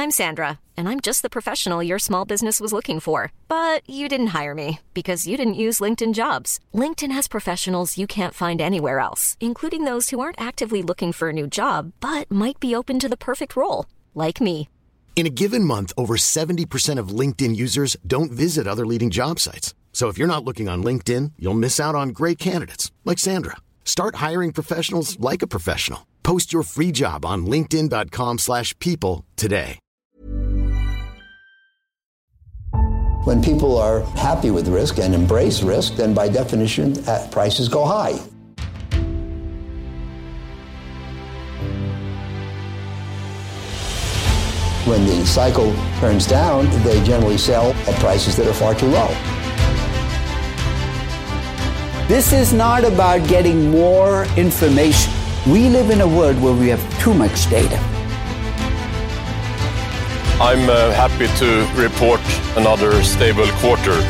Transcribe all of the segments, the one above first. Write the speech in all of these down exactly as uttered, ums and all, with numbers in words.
I'm Sandra, and I'm just the professional your small business was looking for. But you didn't hire me because you didn't use LinkedIn Jobs. LinkedIn has professionals you can't find anywhere else, including those who aren't actively looking for a new job, but might be open to the perfect role, like me. In a given month, over seventy percent of LinkedIn users don't visit other leading job sites. So if you're not looking on LinkedIn, you'll miss out on great candidates like Sandra. Start hiring professionals like a professional. Post your free job on linkedin dot com slash people today. When people are happy with risk and embrace risk, then by definition, uh, prices go high. When the cycle turns down, they generally sell at prices that are far too low. This is not about getting more information. We live in a world where we have too much data. I'm uh, happy to report another stable quarter.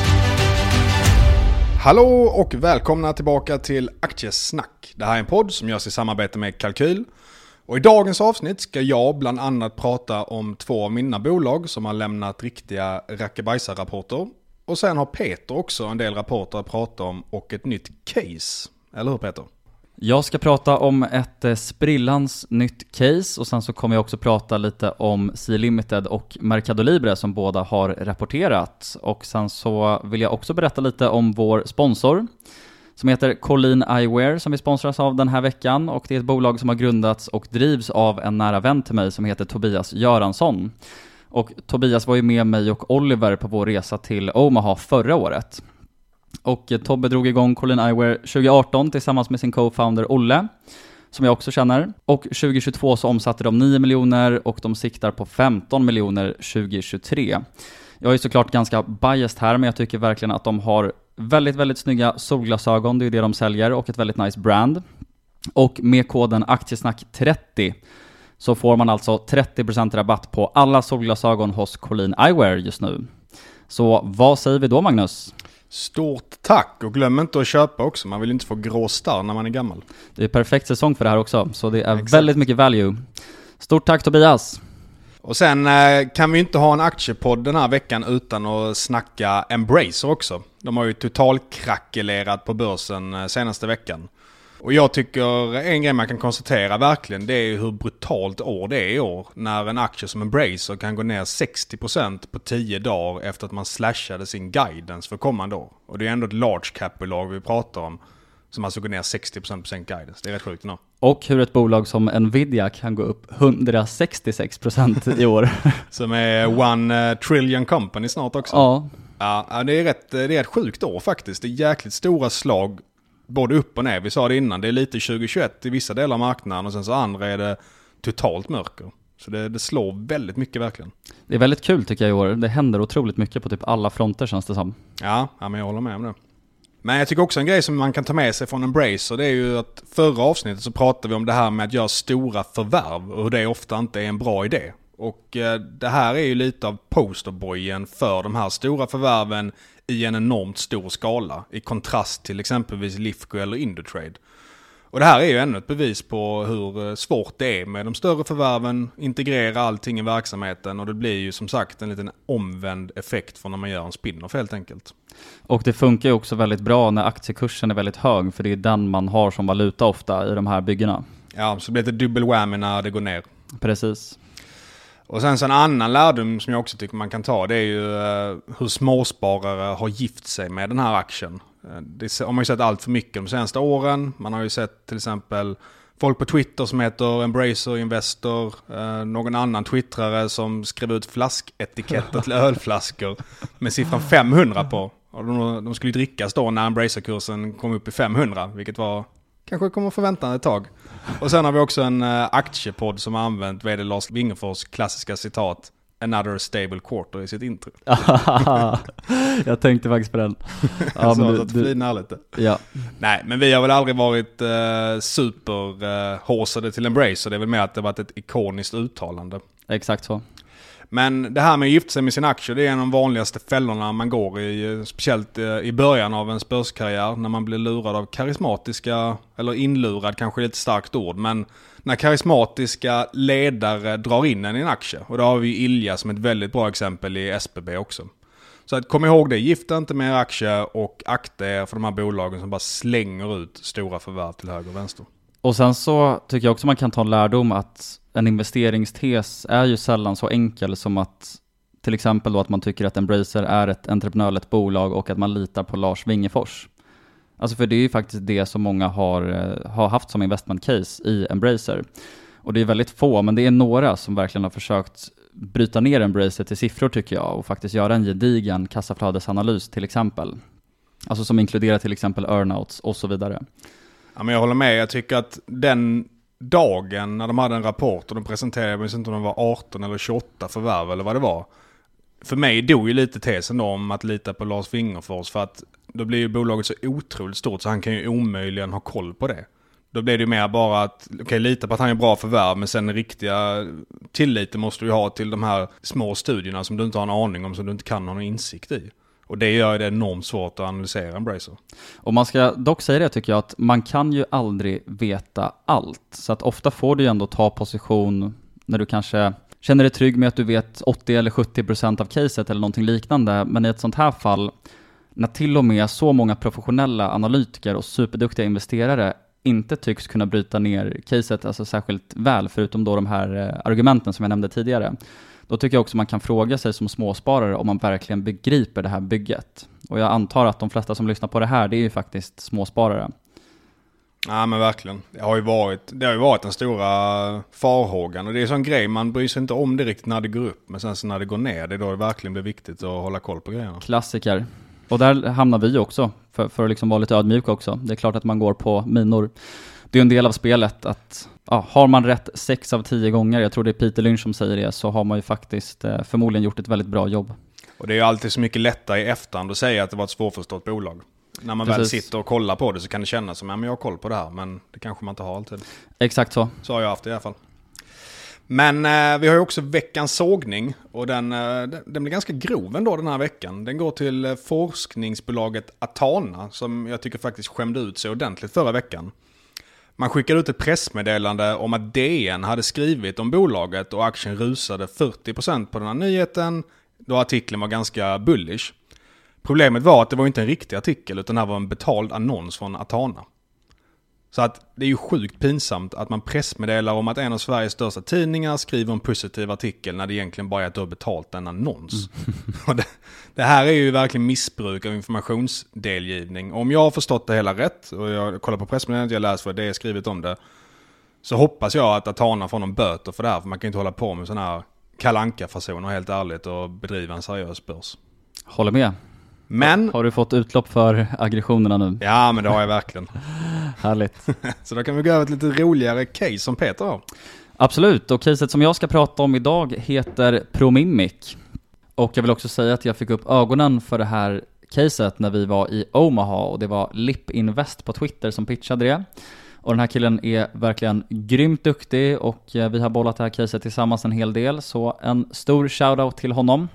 Hallå och välkomna tillbaka till Aktiesnack. Det här är en podd som görs i samarbete med Kalkyl. Och i dagens avsnitt ska jag bland annat prata om två av mina bolag som har lämnat riktiga rackabajsar-rapporter. Och sen har Peter också en del rapporter att prata om och ett nytt case. Eller hur, Peter? Jag ska prata om ett sprillans nytt case och sen så kommer jag också prata lite om C-Limited och Mercado Libre som båda har rapporterat. Och sen så vill jag också berätta lite om vår sponsor som heter Colleen Eyewear som vi sponsras av den här veckan. Och det är ett bolag som har grundats och drivs av en nära vän till mig som heter Tobias Göransson. Och Tobias var ju med mig och Oliver på vår resa till Omaha förra året. Och Tobbe drog igång Colleen Eyewear tjugo arton tillsammans med sin co-founder Olle, som jag också känner. Och tjugo tjugotvå så omsatte de nio miljoner och de siktar på femton miljoner tjugo tjugotre. Jag är såklart ganska biased här, men jag tycker verkligen att de har väldigt, väldigt snygga solglasögon. Det är det de säljer och ett väldigt nice brand. Och med koden aktiesnack trettio så får man alltså trettio procent rabatt på alla solglasögon hos Colleen Eyewear just nu. Så vad säger vi då, Magnus? Stort tack, och glöm inte att köpa också. Man vill inte få grå starr när man är gammal. Det är perfekt säsong för det här också, så det är Exakt. Väldigt mycket value. Stort tack, Tobias. Och sen eh, kan vi inte ha en aktiepodd den här veckan utan att snacka Embracer också. De har ju totalkrackelerat på börsen eh, senaste veckan. Och jag tycker en grej man kan konstatera verkligen, det är ju hur brutalt år det är i år. När en aktie som Embracer kan gå ner sextio procent på tio dagar efter att man slashade sin guidance för kommande år. Och det är ändå ett large cap-bolag vi pratar om som alltså går ner sextio procent på sin guidance. Det är rätt sjukt nu. Och hur ett bolag som Nvidia kan gå upp hundrasextiosex procent i år. Som är one trillion company snart också. Ja. Ja, det är rätt, det är ett sjukt år faktiskt. Det är jäkligt stora slag både upp och ner. Vi sa det innan, det är lite tjugo tjugoett i vissa delar av marknaden och sen så andra är det totalt mörker. Så det, det slår väldigt mycket verkligen. Det är väldigt kul tycker jag i år. Det händer otroligt mycket på typ alla fronter känns det som. Ja, ja men jag håller med om det. Men jag tycker också en grej som man kan ta med sig från Embracer, det är ju att förra avsnittet så pratade vi om det här med att göra stora förvärv och hur det ofta inte är en bra idé. Och eh, det här är ju lite av posterboyen för de här stora förvärven i en enormt stor skala i kontrast till exempelvis Lifco eller Indutrade. Och det här är ju ännu ett bevis på hur svårt det är med de större förvärven, integrera allting i verksamheten och det blir ju som sagt en liten omvänd effekt från när man gör en spin-off helt enkelt. Och det funkar ju också väldigt bra när aktiekursen är väldigt hög för det är den man har som valuta ofta i de här byggena. Ja, så blir det dubbel whammy när det går ner. Precis. Och sen så en annan lärdom som jag också tycker man kan ta, det är ju hur småsparare har gift sig med den här aktien. Det har man ju sett allt för mycket de senaste åren. Man har ju sett till exempel folk på Twitter som heter Embracer Investor, någon annan twittrare som skrev ut flasketiketter till ölflaskor med siffran femhundra på. Och de, de skulle ju drickas då när Embracer-kursen kom upp i femhundra, vilket var kanske kommer förväntan ett tag. Och sen har vi också en uh, aktiepodd som har använt vd Lars Wingefors klassiska citat "Another stable quarter" i sitt intro. Jag tänkte faktiskt på den. Ja, så men du, du... lite. Ja. Nej, men vi har väl aldrig varit uh, super uh, håsade till Embracer. Det är väl mer att det har varit ett ikoniskt uttalande. Exakt så. Men det här med att gifta sig med sin aktier, det är en av de vanligaste fällorna man går i, speciellt i början av en börskarriär, när man blir lurad av karismatiska, eller inlurad kanske är ett starkt ord, men när karismatiska ledare drar in en i en aktie. Och då har vi Ilja som ett väldigt bra exempel i S B B också. Så att kom ihåg det, gifta inte med er aktier och akta er för de här bolagen som bara slänger ut stora förvärv till höger och vänster. Och sen så tycker jag också man kan ta en lärdom att en investeringstes är ju sällan så enkel som att till exempel då att man tycker att Embracer är ett entreprenörligt bolag och att man litar på Lars Wingefors. Alltså för det är ju faktiskt det som många har, har haft som investment case i Embracer. Och det är väldigt få, men det är några som verkligen har försökt bryta ner Embracer till siffror tycker jag och faktiskt göra en gedigen kassaflödesanalys till exempel. Alltså som inkluderar till exempel earnouts och så vidare. Ja, men jag håller med. Jag tycker att den dagen när de hade en rapport och de presenterade, jag minns inte om de var arton eller tjugoåtta förvärv eller vad det var. För mig dog ju lite tesen om att lita på Lars Wingefors, för att då blir ju bolaget så otroligt stort så han kan ju omöjligen ha koll på det. Då blir det ju mer bara att, okej, okay, lita på att han är bra förvärv, men sen riktiga tilliten måste du ha till de här små studierna som du inte har en aning om, som du inte kan ha någon insikt i. Och det gör det enormt svårt att analysera Embracer. Och man ska dock säga det tycker jag, att man kan ju aldrig veta allt. Så att ofta får du ju ändå ta position när du kanske känner dig trygg med att du vet åttio eller sjuttio procent av caset eller någonting liknande. Men i ett sånt här fall, när till och med så många professionella analytiker och superduktiga investerare inte tycks kunna bryta ner caset alltså särskilt väl, förutom då de här argumenten som jag nämnde tidigare. Då tycker jag också man kan fråga sig som småsparare om man verkligen begriper det här bygget. Och jag antar att de flesta som lyssnar på det här, det är ju faktiskt småsparare. Ja, men verkligen. Det har ju varit, det har ju varit den stora farhågan. Och det är en sån grej, man bryr sig inte om det riktigt när det går upp. Men sen så när det går ner, det är då det verkligen blir viktigt att hålla koll på grejerna. Klassiker. Och där hamnar vi också, för, för att liksom vara lite ödmjuk också. Det är klart att man går på minor. Det är en del av spelet att ja, har man rätt sex av tio gånger, jag tror det är Peter Lynch som säger det, så har man ju faktiskt eh, förmodligen gjort ett väldigt bra jobb. Och det är ju alltid så mycket lättare i efterhand att säga att det var ett svårförstått bolag. När man Precis. väl sitter och kollar på det så kan det kännas som att ja, jag har koll på det här, men det kanske man inte har alltid. Exakt så. Så har jag haft det i alla fall. Men eh, vi har ju också veckans sågning och den, eh, den blir ganska grov ändå den här veckan. Den går till eh, forskningsbolaget Atana som jag tycker faktiskt skämde ut sig ordentligt förra veckan. Man skickade ut ett pressmeddelande om att D N hade skrivit om bolaget och aktien rusade fyrtio procent på den här nyheten då artikeln var ganska bullish. Problemet var att det var inte en riktig artikel utan det här var en betald annons från Atana. Så att det är ju sjukt pinsamt att man pressmeddelar om att en av Sveriges största tidningar skriver en positiv artikel när det egentligen bara är att du har betalt en annons. Mm. Och det, det här är ju verkligen missbruk av informationsdelgivning. Om jag har förstått det hela rätt och jag kollar på pressmeddelandet, jag läser vad det är skrivit om det, så hoppas jag att Atana får någon böter för det här, för man kan inte hålla på med sådana här kalanka-fasoner helt ärligt och bedriva en seriös börs. Håller med. Men, har du fått utlopp för aggressionerna nu? Ja, men det har jag verkligen. Härligt. Så då kan vi gå över ett lite roligare case som Peter har. Absolut, och caset som jag ska prata om idag heter Promimic. Och jag vill också säga att jag fick upp ögonen för det här caset när vi var i Omaha. Och det var Lip Invest på Twitter som pitchade det. Och den här killen är verkligen grymt duktig och vi har bollat det här caset tillsammans en hel del. Så en stor shoutout till honom.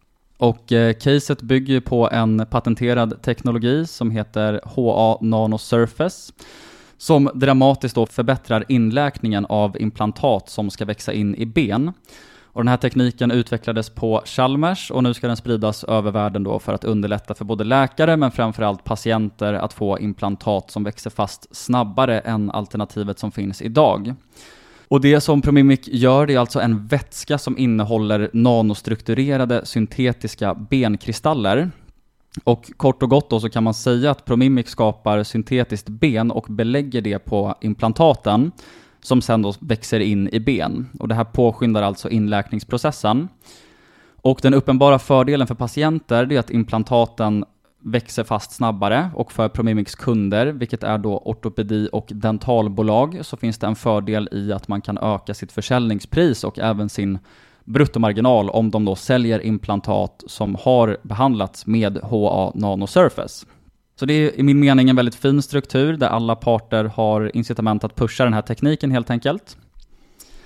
Och eh, caset bygger på en patenterad teknologi som heter H A Nanosurface som dramatiskt då förbättrar inläkningen av implantat som ska växa in i ben. Och den här tekniken utvecklades på Chalmers och nu ska den spridas över världen då för att underlätta för både läkare men framförallt patienter att få implantat som växer fast snabbare än alternativet som finns idag. Och det som Promimic gör, det är alltså en vätska som innehåller nanostrukturerade syntetiska benkristaller. Och kort och gott då så kan man säga att Promimic skapar syntetiskt ben och belägger det på implantaten som sen då växer in i ben. Och det här påskyndar alltså inläkningsprocessen. Och den uppenbara fördelen för patienter är att implantaten växer fast snabbare, och för Promimics kunder, vilket är då ortopedi- och dentalbolag, så finns det en fördel i att man kan öka sitt försäljningspris och även sin bruttomarginal om de då säljer implantat som har behandlats med H A Nanosurface. Så det är i min mening en väldigt fin struktur där alla parter har incitament att pusha den här tekniken helt enkelt.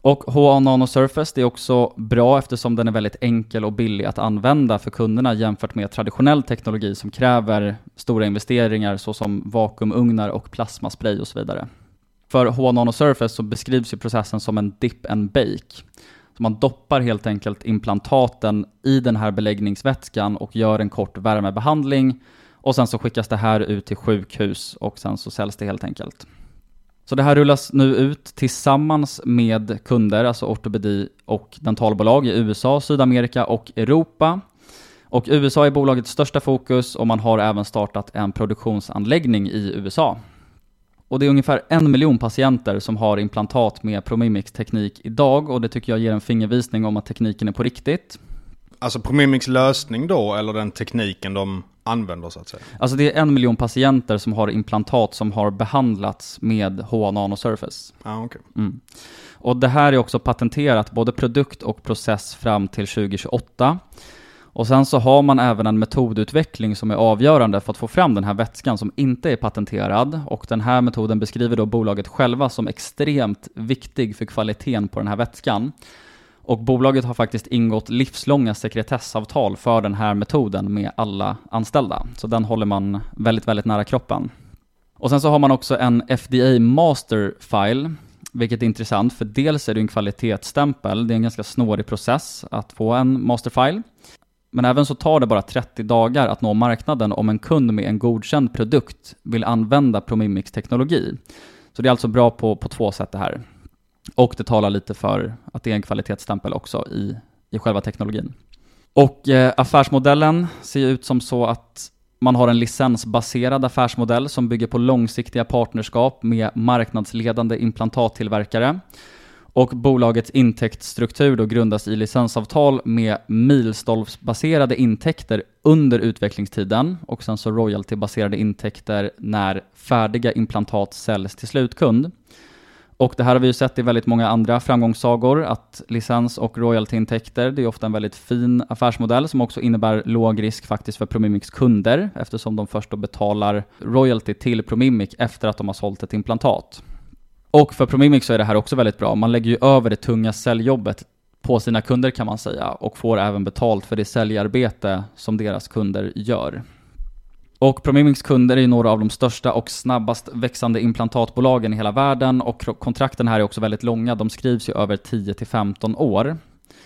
Och H A Nano Surface, det är också bra eftersom den är väldigt enkel och billig att använda för kunderna jämfört med traditionell teknologi som kräver stora investeringar såsom vakuumugnar och plasmaspray och så vidare. För H A Nano Surface så beskrivs ju processen som en dip and bake. Så man doppar helt enkelt implantaten i den här beläggningsvätskan och gör en kort värmebehandling. Och sen så skickas det här ut till sjukhus och sen så säljs det helt enkelt. Så det här rullas nu ut tillsammans med kunder, alltså ortopedi och dentalbolag i U S A, Sydamerika och Europa. Och U S A är bolagets största fokus och man har även startat en produktionsanläggning i U S A. Och det är ungefär en miljon patienter som har implantat med ProMimix-teknik idag och det tycker jag ger en fingervisning om att tekniken är på riktigt. Alltså ProMimix lösning då, eller den tekniken de använder så att säga? Alltså det är en miljon patienter som har implantat som har behandlats med H A Nano Surface. Ah, okay. Mm. Och det här är också patenterat, både produkt och process fram till tjugo tjugoåtta. Och sen så har man även en metodutveckling som är avgörande för att få fram den här vätskan som inte är patenterad. Och den här metoden beskriver då bolaget själva som extremt viktig för kvaliteten på den här vätskan. Och bolaget har faktiskt ingått livslånga sekretessavtal för den här metoden med alla anställda. Så den håller man väldigt, väldigt nära kroppen. Och sen så har man också en F D A Master File, vilket är intressant för dels är det en kvalitetsstämpel. Det är en ganska snårig process att få en Master File. Men även så tar det bara trettio dagar att nå marknaden om en kund med en godkänd produkt vill använda ProMimix-teknologi. Så det är alltså bra på, på två sätt det här. Och det talar lite för att det är en kvalitetsstämpel också i, i själva teknologin. Och eh, affärsmodellen ser ut som så att man har en licensbaserad affärsmodell som bygger på långsiktiga partnerskap med marknadsledande implantattillverkare. Och bolagets intäktsstruktur då grundas i licensavtal med milstolpsbaserade intäkter under utvecklingstiden och sen så royaltybaserade intäkter när färdiga implantat säljs till slutkund. Och det här har vi ju sett i väldigt många andra framgångssagor, att licens- och royaltyintäkter, det är ofta en väldigt fin affärsmodell som också innebär låg risk faktiskt för ProMimix kunder eftersom de först då betalar royalty till ProMimix efter att de har sålt ett implantat. Och för ProMimix så är det här också väldigt bra. Man lägger ju över det tunga säljjobbet på sina kunder kan man säga och får även betalt för det säljarbete som deras kunder gör. Och ProMimix kunder är några av de största och snabbast växande implantatbolagen i hela världen och kontrakten här är också väldigt långa. De skrivs ju över tio till femton år.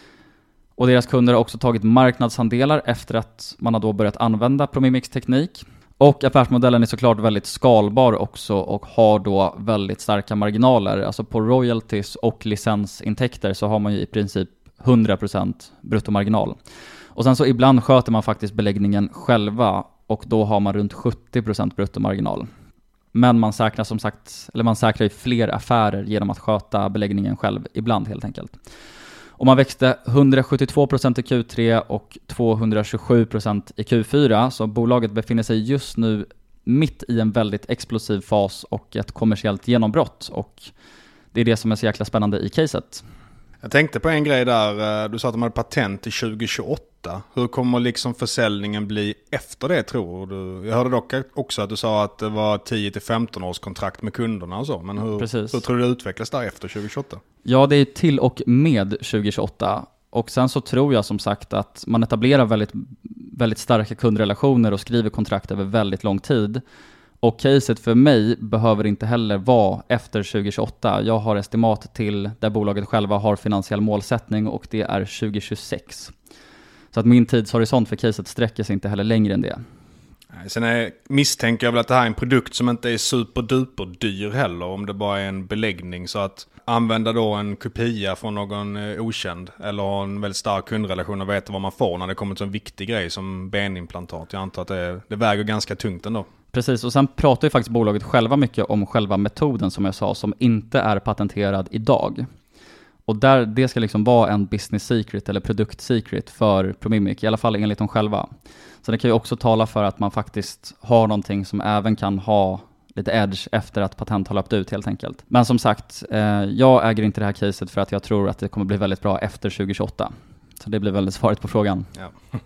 Och deras kunder har också tagit marknadsandelar efter att man har då börjat använda ProMimix-teknik. Och affärsmodellen är såklart väldigt skalbar också och har då väldigt starka marginaler. Alltså på royalties och licensintäkter så har man ju i princip hundra procent bruttomarginal. Och sen så ibland sköter man faktiskt beläggningen själva och då har man runt sjuttio procent bruttomarginal. Men man säkrar som sagt, eller man säkrar ju fler affärer genom att sköta beläggningen själv ibland helt enkelt. Och man växte hundrasjuttiotvå procent i Q tre och tvåhundratjugosju procent i Q fyra. Så bolaget befinner sig just nu mitt i en väldigt explosiv fas och ett kommersiellt genombrott. Och det är det som är så jäkla spännande i caset. Jag tänkte på en grej där. Du sa att de hade patent till tjugo tjugoåtta. Hur kommer liksom försäljningen bli efter det tror du? Jag hörde dock också att du sa att det var tio till femton års kontrakt med kunderna och så. Men hur, hur tror du det utvecklas där efter tjugo tjugoåtta? Ja, det är till och med tjugo tjugoåtta. Och sen så tror jag som sagt att man etablerar väldigt, väldigt starka kundrelationer och skriver kontrakt över väldigt lång tid. Och caset för mig behöver inte heller vara efter tjugo tjugoåtta. Jag har estimat till där bolaget själva har finansiell målsättning och det är tjugo tjugosex. Så att min tidshorisont för caset sträcker sig inte heller längre än det. Sen är, misstänker jag väl att det här är en produkt som inte är superduper dyr heller om det bara är en beläggning. Så att använda då en kopia från någon okänd eller ha en väldigt stark kundrelation och veta vad man får när det kommer till en viktig grej som benimplantat. Jag antar att det, det väger ganska tungt ändå. Precis, och sen pratar ju faktiskt bolaget själva mycket om själva metoden som jag sa som inte är patenterad idag. Och där, det ska liksom vara en business secret eller produkt secret för ProMimix, i alla fall enligt dem själva. Så det kan ju också tala för att man faktiskt har någonting som även kan ha lite edge efter att patent har löpt ut helt enkelt. Men som sagt, eh, jag äger inte det här caset för att jag tror att det kommer bli väldigt bra efter tjugo tjugoåtta. Så det blir väldigt svaret på frågan. Ja.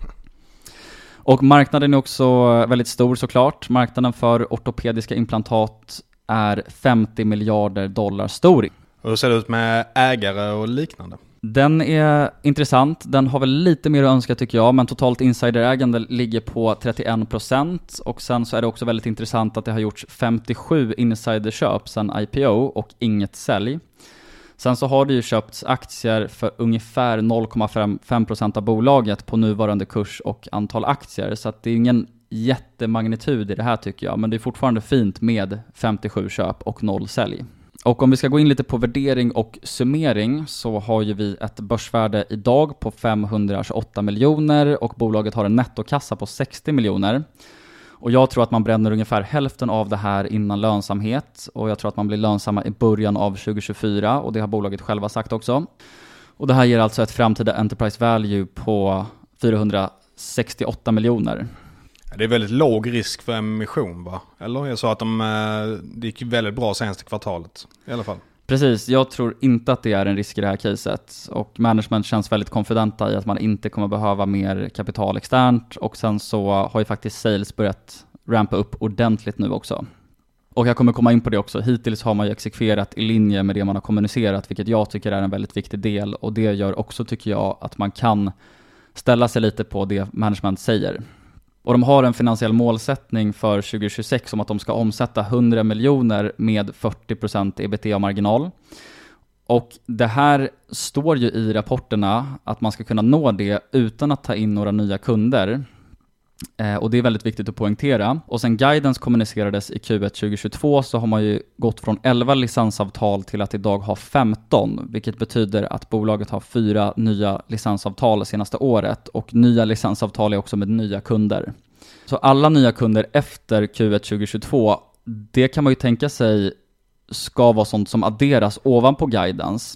Och marknaden är också väldigt stor såklart. Marknaden för ortopediska implantat är femtio miljarder dollar stor. Och hur ser det ut med ägare och liknande? Den är intressant. Den har väl lite mer att önska tycker jag, men totalt insiderägande ligger på trettioen procent. Och sen så är det också väldigt intressant att det har gjorts femtiosju insiderköp sedan I P O och inget sälj. Sen så har det ju köpts aktier för ungefär noll komma fem procent av bolaget på nuvarande kurs och antal aktier. Så att det är ingen jättemagnitud i det här tycker jag, men det är fortfarande fint med femtiosju köp och noll sälj. Och om vi ska gå in lite på värdering och summering så har ju vi ett börsvärde idag på femhundratjugoåtta miljoner och bolaget har en nettokassa på sextio miljoner. Och jag tror att man bränner ungefär hälften av det här innan lönsamhet och jag tror att man blir lönsamma i början av tjugo tjugofyra och det har bolaget själva sagt också. Och det här ger alltså ett framtida enterprise value på fyrahundrasextioåtta miljoner. Det är väldigt låg risk för emission va? Eller jag sa att de, det gick väldigt bra senaste kvartalet i alla fall. Precis, jag tror inte att det är en risk i det här caset och management känns väldigt konfidenta i att man inte kommer behöva mer kapital externt och sen så har ju faktiskt sales börjat rampa upp ordentligt nu också. Och jag kommer komma in på det också, hittills har man ju exekverat i linje med det man har kommunicerat vilket jag tycker är en väldigt viktig del och det gör också tycker jag att man kan ställa sig lite på det management säger. Och de har en finansiell målsättning för tjugo tjugosex om att de ska omsätta hundra miljoner med fyrtio procent ebitda-marginal. Och det här står ju i rapporterna att man ska kunna nå det utan att ta in några nya kunder. Eh, och det är väldigt viktigt att poängtera. Och sen guidance kommunicerades i Q ett tjugo tjugotvå så har man ju gått från elva licensavtal till att idag ha femton. Vilket betyder att bolaget har fyra nya licensavtal senaste året. Och nya licensavtal är också med nya kunder. Så alla nya kunder efter Q ett tjugo tjugotvå, det kan man ju tänka sig ska vara sånt som adderas ovanpå guidance.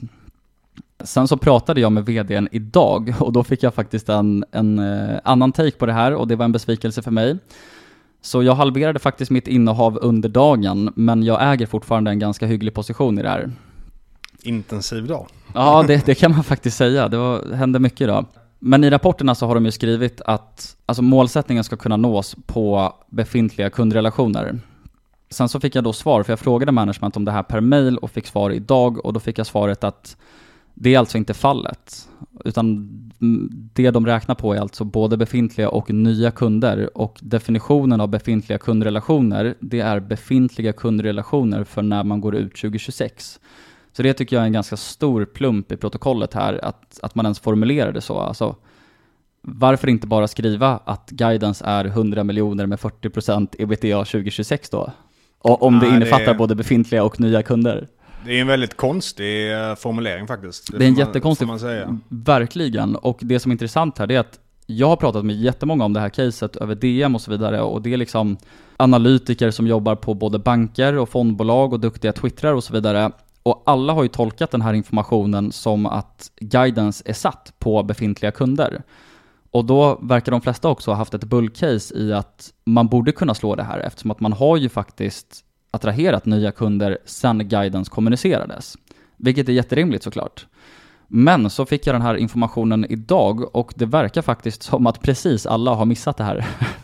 Sen så pratade jag med vdn idag och då fick jag faktiskt en, en eh, annan take på det här och det var en besvikelse för mig. Så jag halverade faktiskt mitt innehav under dagen men jag äger fortfarande en ganska hygglig position i det här. Intensiv dag. Ja, det, det kan man faktiskt säga. Det var, hände mycket idag. Men i rapporterna så har de ju skrivit att alltså, målsättningen ska kunna nås på befintliga kundrelationer. Sen så fick jag då svar, för jag frågade management om det här per mail och fick svar idag och då fick jag svaret att det är alltså inte fallet, utan det de räknar på är alltså både befintliga och nya kunder och definitionen av befintliga kundrelationer, det är befintliga kundrelationer för när man går ut tjugo tjugosex. Så det tycker jag är en ganska stor plump i protokollet här, att, att man ens formulerar det så. Alltså, varför inte bara skriva att guidance är hundra miljoner med fyrtio procent ebitda tjugo tjugosex då? Och om det innefattar det är... både befintliga och nya kunder. Det är en väldigt konstig formulering faktiskt. Det, det är en jättekonstig, man säga. Verkligen. Och det som är intressant här är att jag har pratat med jättemånga om det här caset över D M och så vidare. Och det är liksom analytiker som jobbar på både banker och fondbolag och duktiga twittrar och så vidare. Och alla har ju tolkat den här informationen som att guidance är satt på befintliga kunder. Och då verkar de flesta också ha haft ett bullcase i att man borde kunna slå det här eftersom att man har ju faktiskt attraherat nya kunder sedan guidance kommunicerades. Vilket är jätterimligt såklart. Men så fick jag den här informationen idag och det verkar faktiskt som att precis alla har missat det här.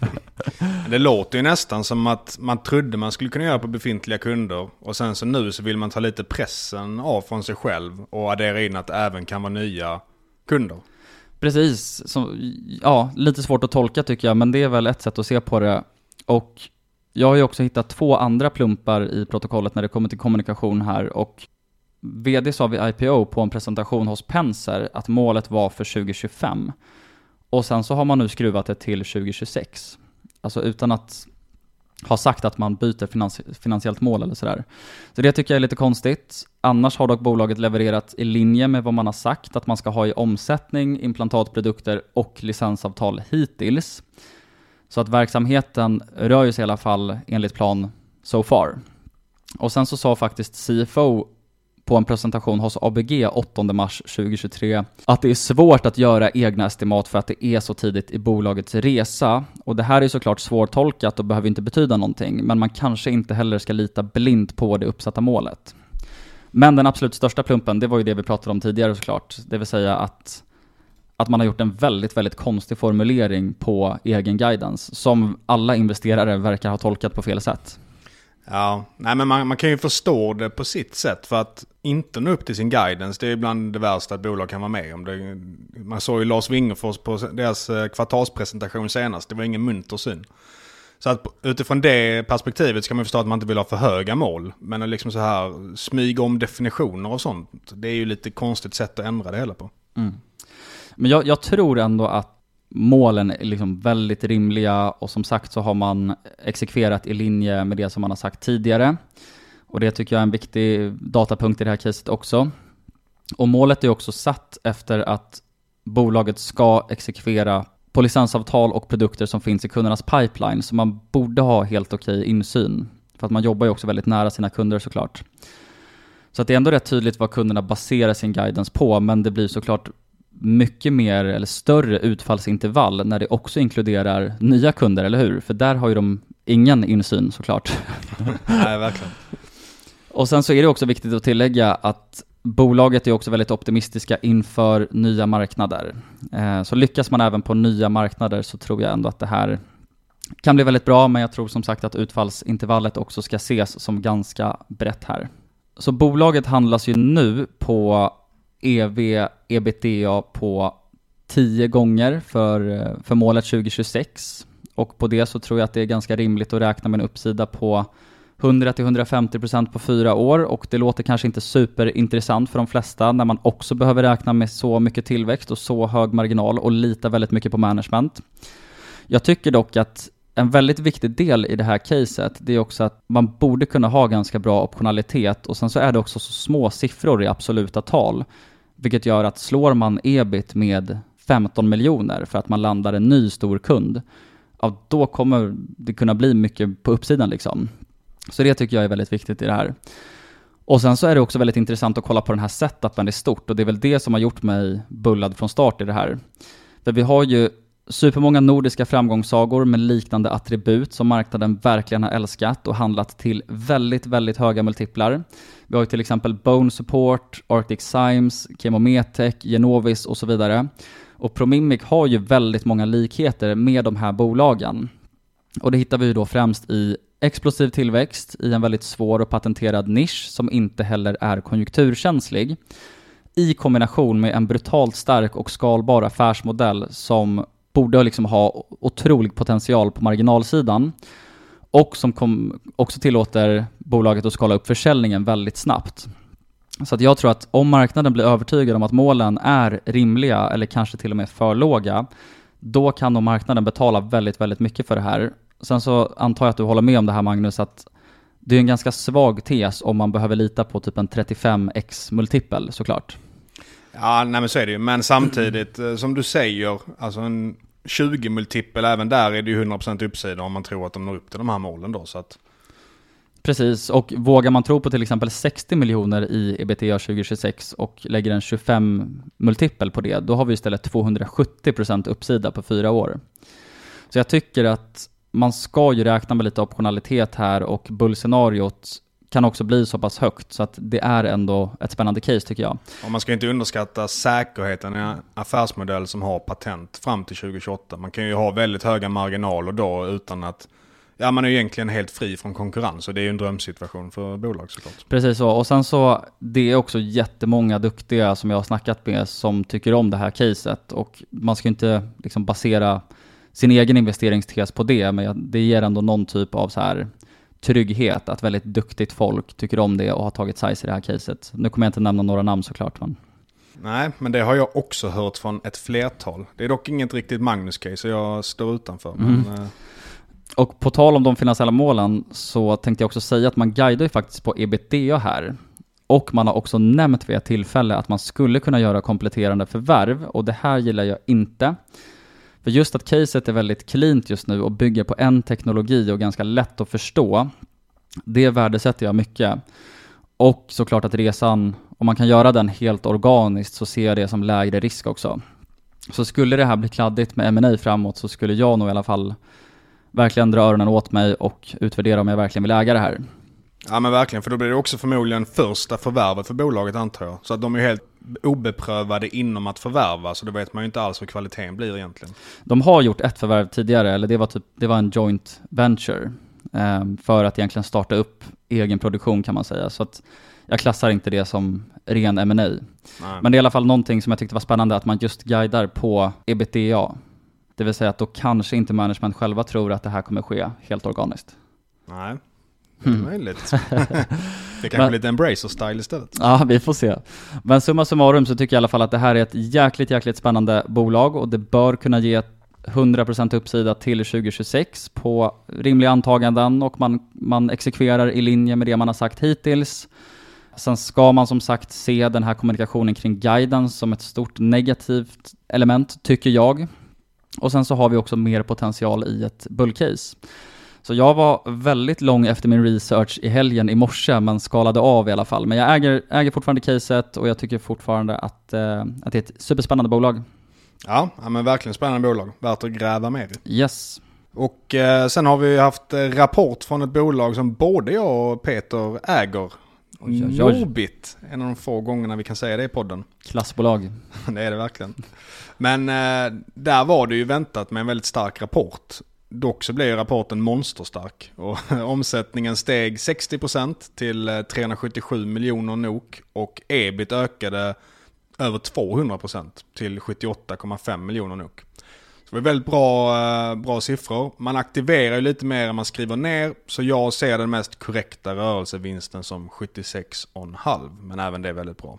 Det låter ju nästan som att man trodde man skulle kunna göra på befintliga kunder och sen så nu så vill man ta lite pressen av från sig själv och addera in att det även kan vara nya kunder. Precis, så, ja, lite svårt att tolka tycker jag, men det är väl ett sätt att se på det. Och jag har ju också hittat två andra plumpar i protokollet när det kommer till kommunikation här och vd sa vid I P O på en presentation hos Penser att målet var för tjugo tjugofem och sen så har man nu skruvat det till tjugo tjugosex. Alltså utan att ha sagt att man byter finans- finansiellt mål eller sådär. Så det tycker jag är lite konstigt. Annars har dock bolaget levererat i linje med vad man har sagt att man ska ha i omsättning, implantatprodukter och licensavtal hittills. Så att verksamheten rör sig i alla fall enligt plan so far. Och sen så sa faktiskt C F O på en presentation hos A B G åttonde mars tjugohundratjugotre att det är svårt att göra egna estimat för att det är så tidigt i bolagets resa. Och det här är såklart svårtolkat och behöver inte betyda någonting, men man kanske inte heller ska lita blint på det uppsatta målet. Men den absolut största plumpen, det var ju det vi pratade om tidigare såklart. Det vill säga att, att man har gjort en väldigt, väldigt konstig formulering på egen guidance som alla investerare verkar ha tolkat på fel sätt. Ja, nej men man, man kan ju förstå det på sitt sätt, för att inte nå upp till sin guidance, det är ibland det värsta ett bolag kan vara med om. Det, man såg ju Lars Wingefors på deras kvartalspresentation senast, det var ingen munter syn. Så att utifrån det perspektivet ska man förstå att man inte vill ha för höga mål, men liksom så här smyga om definitioner och sånt, det är ju lite konstigt sätt att ändra det hela på. Mm. Men jag, jag tror ändå att målen är liksom väldigt rimliga, och som sagt så har man exekverat i linje med det som man har sagt tidigare. Och det tycker jag är en viktig datapunkt i det här caset också. Och målet är också satt efter att bolaget ska exekvera på licensavtal och produkter som finns i kundernas pipeline. Så man borde ha helt okej insyn. För att man jobbar ju också väldigt nära sina kunder såklart. Så att det är ändå rätt tydligt vad kunderna baserar sin guidance på. Men det blir såklart mycket mer eller större utfallsintervall när det också inkluderar nya kunder, eller hur? För där har ju de ingen insyn såklart. Nej, verkligen. Och sen så är det också viktigt att tillägga att bolaget är också väldigt optimistiska inför nya marknader. Eh, så lyckas man även på nya marknader så tror jag ändå att det här kan bli väldigt bra, men jag tror som sagt att utfallsintervallet också ska ses som ganska brett här. Så bolaget handlas ju nu på E V ebitda på tio gånger för, för målet tjugo tjugosex, och på det så tror jag att det är ganska rimligt att räkna med en uppsida på hundra till hundrafemtio procent på fyra år, och det låter kanske inte superintressant för de flesta när man också behöver räkna med så mycket tillväxt och så hög marginal och lita väldigt mycket på management. Jag tycker dock att en väldigt viktig del i det här caset, det är också att man borde kunna ha ganska bra optionalitet, och sen så är det också så små siffror i absoluta tal, vilket gör att slår man ebit med femton miljoner för att man landar en ny stor kund, ja, då kommer det kunna bli mycket på uppsidan liksom. Så det tycker jag är väldigt viktigt i det här. Och sen så är det också väldigt intressant att kolla på den här setupen i stort, och det är väl det som har gjort mig bullad från start i det här. För vi har ju supermånga nordiska framgångssagor med liknande attribut som marknaden verkligen har älskat och handlat till väldigt, väldigt höga multiplar. Vi har ju till exempel Bone Support, Arctic Symes, Chemometec, Genovis och så vidare. Och Promimic har ju väldigt många likheter med de här bolagen. Och det hittar vi ju då främst i explosiv tillväxt i en väldigt svår och patenterad nisch som inte heller är konjunkturkänslig, i kombination med en brutalt stark och skalbar affärsmodell som borde liksom ha otrolig potential på marginalsidan, och som kom, också tillåter bolaget att skala upp försäljningen väldigt snabbt. Så att jag tror att om marknaden blir övertygad om att målen är rimliga eller kanske till och med för låga, då kan nog marknaden betala väldigt, väldigt mycket för det här. Sen så antar jag att du håller med om det här, Magnus, att det är en ganska svag tes om man behöver lita på typ en trettiofem x multipel såklart. Ja, nej men så är det ju. Men samtidigt, som du säger, alltså en tjugo multipel, även där är det ju hundra procent uppsida om man tror att de når upp till de här målen då. Så att... Precis, och vågar man tro på till exempel sextio miljoner i ebitda tjugo tjugosex och lägger en tjugofem multipel på det, då har vi istället tvåhundrasjuttio procent uppsida på fyra år. Så jag tycker att man ska ju räkna med lite optionalitet här, och bullscenariot kan också bli så pass högt så att det är ändå ett spännande case tycker jag. Och man ska inte underskatta säkerheten i en affärsmodell som har patent fram till tjugo tjugoåtta. Man kan ju ha väldigt höga marginaler då utan att, ja, man är ju egentligen helt fri från konkurrens, och det är ju en drömsituation för bolag såklart. Precis så, och sen så det är också jättemånga duktiga som jag har snackat med som tycker om det här caset, och man ska inte liksom basera sin egen investeringstes på det, men det ger ändå någon typ av så här trygghet att väldigt duktigt folk tycker om det och har tagit size i det här caset. Nu kommer jag inte nämna några namn såklart. Men... Nej, men det har jag också hört från ett flertal. Det är dock inget riktigt Magnus-case, så jag står utanför. Mm. Men, och på tal om de finansiella målen så tänkte jag också säga att man guidar ju faktiskt på ebitda här. Och man har också nämnt vid ett tillfälle att man skulle kunna göra kompletterande förvärv, och det här gillar jag inte. För just att caset är väldigt cleant just nu och bygger på en teknologi och ganska lätt att förstå, det värdesätter jag mycket. Och såklart att resan, om man kan göra den helt organiskt, så ser jag det som lägre risk också. Så skulle det här bli kladdigt med M and A framåt, så skulle jag nog i alla fall verkligen dra öronen åt mig och utvärdera om jag verkligen vill äga det här. Ja men verkligen, för då blir det också förmodligen första förvärvet för bolaget antar jag. Så att de är helt obeprövade inom att förvärva, så då vet man ju inte alls hur kvaliteten blir egentligen. De har gjort ett förvärv tidigare, eller det var, typ, det var en joint venture. eh, för att egentligen starta upp egen produktion kan man säga. Så att jag klassar inte det som ren M and A. Nej. Men det är i alla fall någonting som jag tyckte var spännande, att man just guidar på ebitda. Det vill säga att då kanske inte management själva tror att det här kommer ske helt organiskt. Nej, det är möjligt. Det kanske blir lite Embracer-style istället. Ja, vi får se. Men summa summarum så tycker jag i alla fall att det här är ett jäkligt, jäkligt spännande bolag och det bör kunna ge hundra procent uppsida till tjugo tjugosex på rimliga antaganden och man, man exekverar i linje med det man har sagt hittills. Sen ska man som sagt se den här kommunikationen kring guidance som ett stort negativt element, tycker jag. Och sen så har vi också mer potential i ett bullcase. Så jag var väldigt lång efter min research i helgen i morse, men skalade av i alla fall. Men jag äger, äger fortfarande caset och jag tycker fortfarande att, eh, att det är ett superspännande bolag. Ja, ja, men verkligen spännande bolag. Värt att gräva mer i. Yes. Och eh, sen har vi haft rapport från ett bolag som både jag och Peter äger. Oj, oj, oj. Norbit, en av de få gångerna vi kan säga det i podden. Klassbolag. Det är det verkligen. Men eh, där var det ju väntat med en väldigt stark rapport. Dock så blev rapporten monsterstark och omsättningen steg sextio procent till trehundrasjuttiosju miljoner NOK och ebit ökade över tvåhundra procent till sjuttioåtta komma fem miljoner NOK. Så det är väldigt bra, bra siffror. Man aktiverar ju lite mer än man skriver ner, så jag ser den mest korrekta rörelsevinsten som sjuttiosex komma fem, men även det är väldigt bra.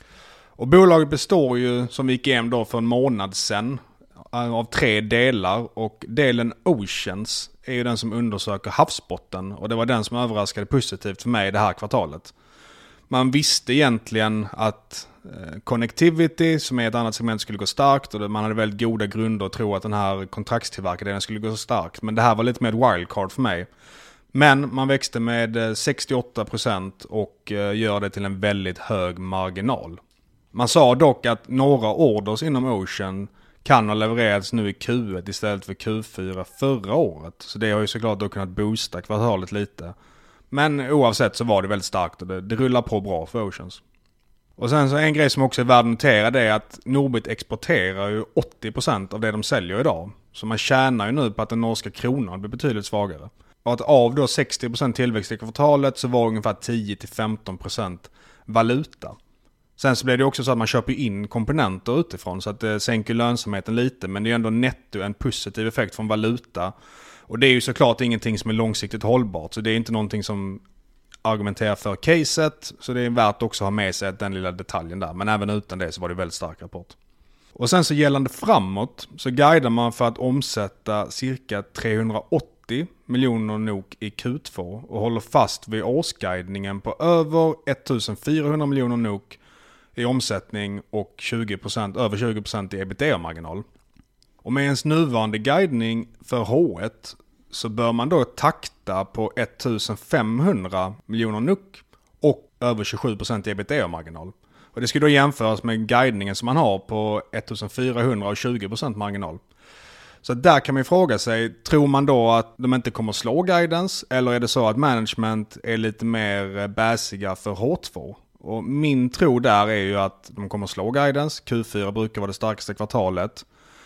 Och bolaget består ju, som vi gick igenom då för en månad sedan, av tre delar, och delen Oceans är ju den som undersöker havsbotten och det var den som överraskade positivt för mig det här kvartalet. Man visste egentligen att eh, Connectivity, som är ett annat segment, skulle gå starkt och man hade väldigt goda grunder att tro att den här kontraktstillverkaren skulle gå så starkt, men det här var lite mer ett wildcard för mig. Men man växte med sextioåtta procent och eh, gör det till en väldigt hög marginal. Man sa dock att några orders inom Ocean kan ha levererats nu i Q ett istället för Q fyra förra året. Så det har ju såklart då kunnat boosta kvartalet lite. Men oavsett så var det väldigt starkt och det, det rullar på bra för Oceans. Och sen så en grej som också är värd att notera, det är att Norbit exporterar ju åttio procent av det de säljer idag. Så man tjänar ju nu på att den norska kronan blir betydligt svagare. Och att av då sextio procent tillväxt i kvartalet så var ungefär tio till femton procent valuta. Sen så blir det också så att man köper in komponenter utifrån så att det sänker lönsamheten lite, men det är ändå netto en positiv effekt från valuta. Och det är ju såklart ingenting som är långsiktigt hållbart, så det är inte någonting som argumenterar för caset, så det är värt också att ha med sig den lilla detaljen där. Men även utan det så var det väldigt stark rapport. Och sen så gällande framåt så guidar man för att omsätta cirka trehundraåttio miljoner NOK i Q två och håller fast vid årsguidningen på över ettusenfyrahundra miljoner NOK i omsättning och tjugo procent, över tjugo procent i ebitda-marginal. Och med ens nuvarande guidning för H ett så bör man då takta på ettusenfemhundra miljoner NOK och över tjugosju procent i ebitda-marginal. Och det ska då jämföras med guidningen som man har på ettusenfyrahundra och tjugo procent marginal. Så där kan man fråga sig, tror man då att de inte kommer slå guidance, eller är det så att management är lite mer bäsiga för H två? Och min tro där är ju att de kommer slå guidance. Q fyra brukar vara det starkaste kvartalet.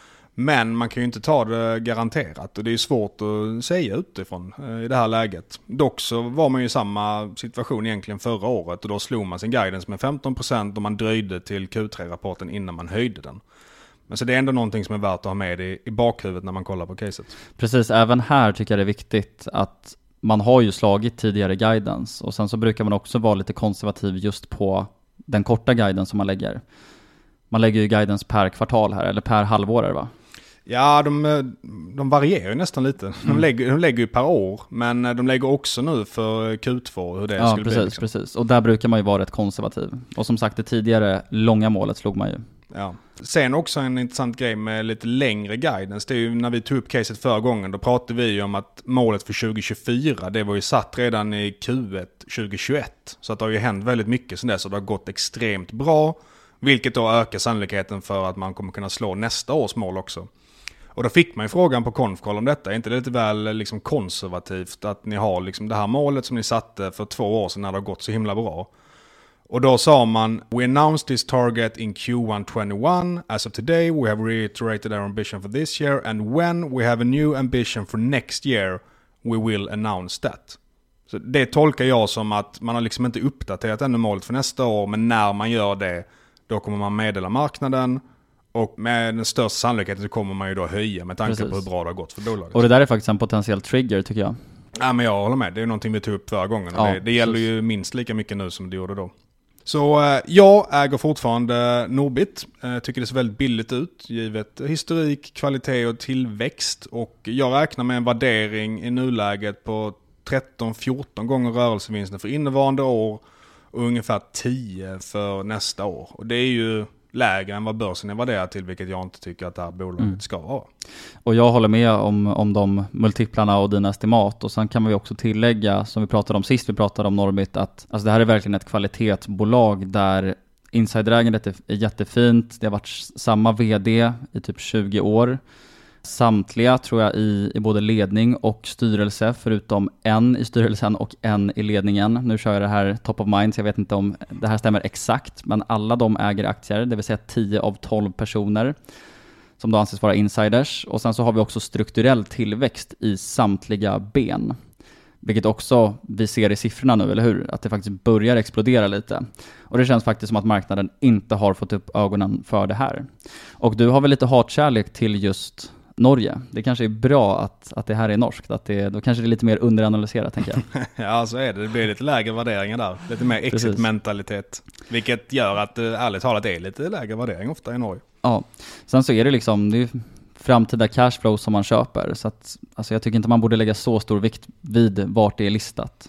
Men man kan ju inte ta det garanterat. Och det är svårt att säga utifrån i det här läget. Dock så var man ju i samma situation egentligen förra året. Och då slog man sin guidance med femton procent och man dröjde till Q tre-rapporten innan man höjde den. Men så det är ändå någonting som är värt att ha med i, i bakhuvudet när man kollar på caset. Precis, även här tycker jag det är viktigt att man har ju slagit tidigare guidance och sen så brukar man också vara lite konservativ just på den korta guidance som man lägger. Man lägger ju guidance per kvartal här, eller per halvår, va? Ja, de, de varierar ju nästan lite. De, mm. lägger, de lägger ju per år, men de lägger också nu för Q två hur det ja, skulle precis, bli. Liksom. Precis, och där brukar man ju vara rätt konservativ. Och som sagt, det tidigare långa målet slog man ju. Ja. Sen också en intressant grej med lite längre guidance. Det är ju när vi tog upp caset förra gången, då pratade vi ju om att målet för tjugo tjugofyra, det var ju satt redan i Q ett tjugo tjugoett. Så att det har ju hänt väldigt mycket sedan dess och det har gått extremt bra. Vilket då ökar sannolikheten för att man kommer kunna slå nästa års mål också. Och då fick man ju frågan på Confcall om detta. Är inte det lite väl liksom konservativt att ni har liksom det här målet som ni satte för två år sedan när det har gått så himla bra? Och då sa man, we announced this target in Q one twenty-one. As of today, we have reiterated our ambition for this year. And when we have a new ambition for next year, we will announce that. Så det tolkar jag som att man har liksom inte uppdaterat ännu målet för nästa år, men när man gör det, då kommer man meddela marknaden. Och med den största sannolikheten så kommer man ju då höja med tanke Precis. på hur bra det har gått för bolaget. Och det där är faktiskt en potentiell trigger tycker jag. Ja, men jag håller med. Det är någonting vi tog upp förra gången. Och ja, det, det gäller ju minst lika mycket nu som det gjorde då. Så eh, jag äger fortfarande Norbit. Eh, tycker det ser väldigt billigt ut. Givet historik, kvalitet och tillväxt. Och jag räknar med en värdering i nuläget på tretton fjorton gånger rörelsevinsten för innevarande år. Och ungefär tio för nästa år. Och det är ju lägre än vad börsen är värderad till, vilket jag inte tycker att det här bolaget mm. ska vara. Och jag håller med om, om de multiplarna och dina estimat. Och sen kan vi också tillägga, som vi pratade om sist, vi pratade om Norbit, att alltså det här är verkligen ett kvalitetsbolag där insiderägandet är jättefint. Det har varit samma vd i typ tjugo år. Samtliga tror jag i, i både ledning och styrelse, förutom en i styrelsen och en i ledningen. Nu kör jag det här top of mind, så jag vet inte om det här stämmer exakt, men alla de äger aktier, det vill säga tio av tolv personer som då anses vara insiders. Och sen så har vi också strukturell tillväxt i samtliga ben, vilket också vi ser i siffrorna nu, eller hur? Att det faktiskt börjar explodera lite. Och det känns faktiskt som att marknaden inte har fått upp ögonen för det här. Och du har väl lite hatkärlek till just Norge. Det kanske är bra att, att det här är norskt. Att det, då kanske det är lite mer underanalyserat, tänker jag. Ja, så är det. Det blir lite lägre värderingar där. Lite mer exit-mentalitet. Vilket gör att det ärligt talat är lite lägre värdering ofta i Norge. Ja. Sen så är det liksom det är framtida cashflow som man köper. Så att, alltså jag tycker inte man borde lägga så stor vikt vid vart det är listat.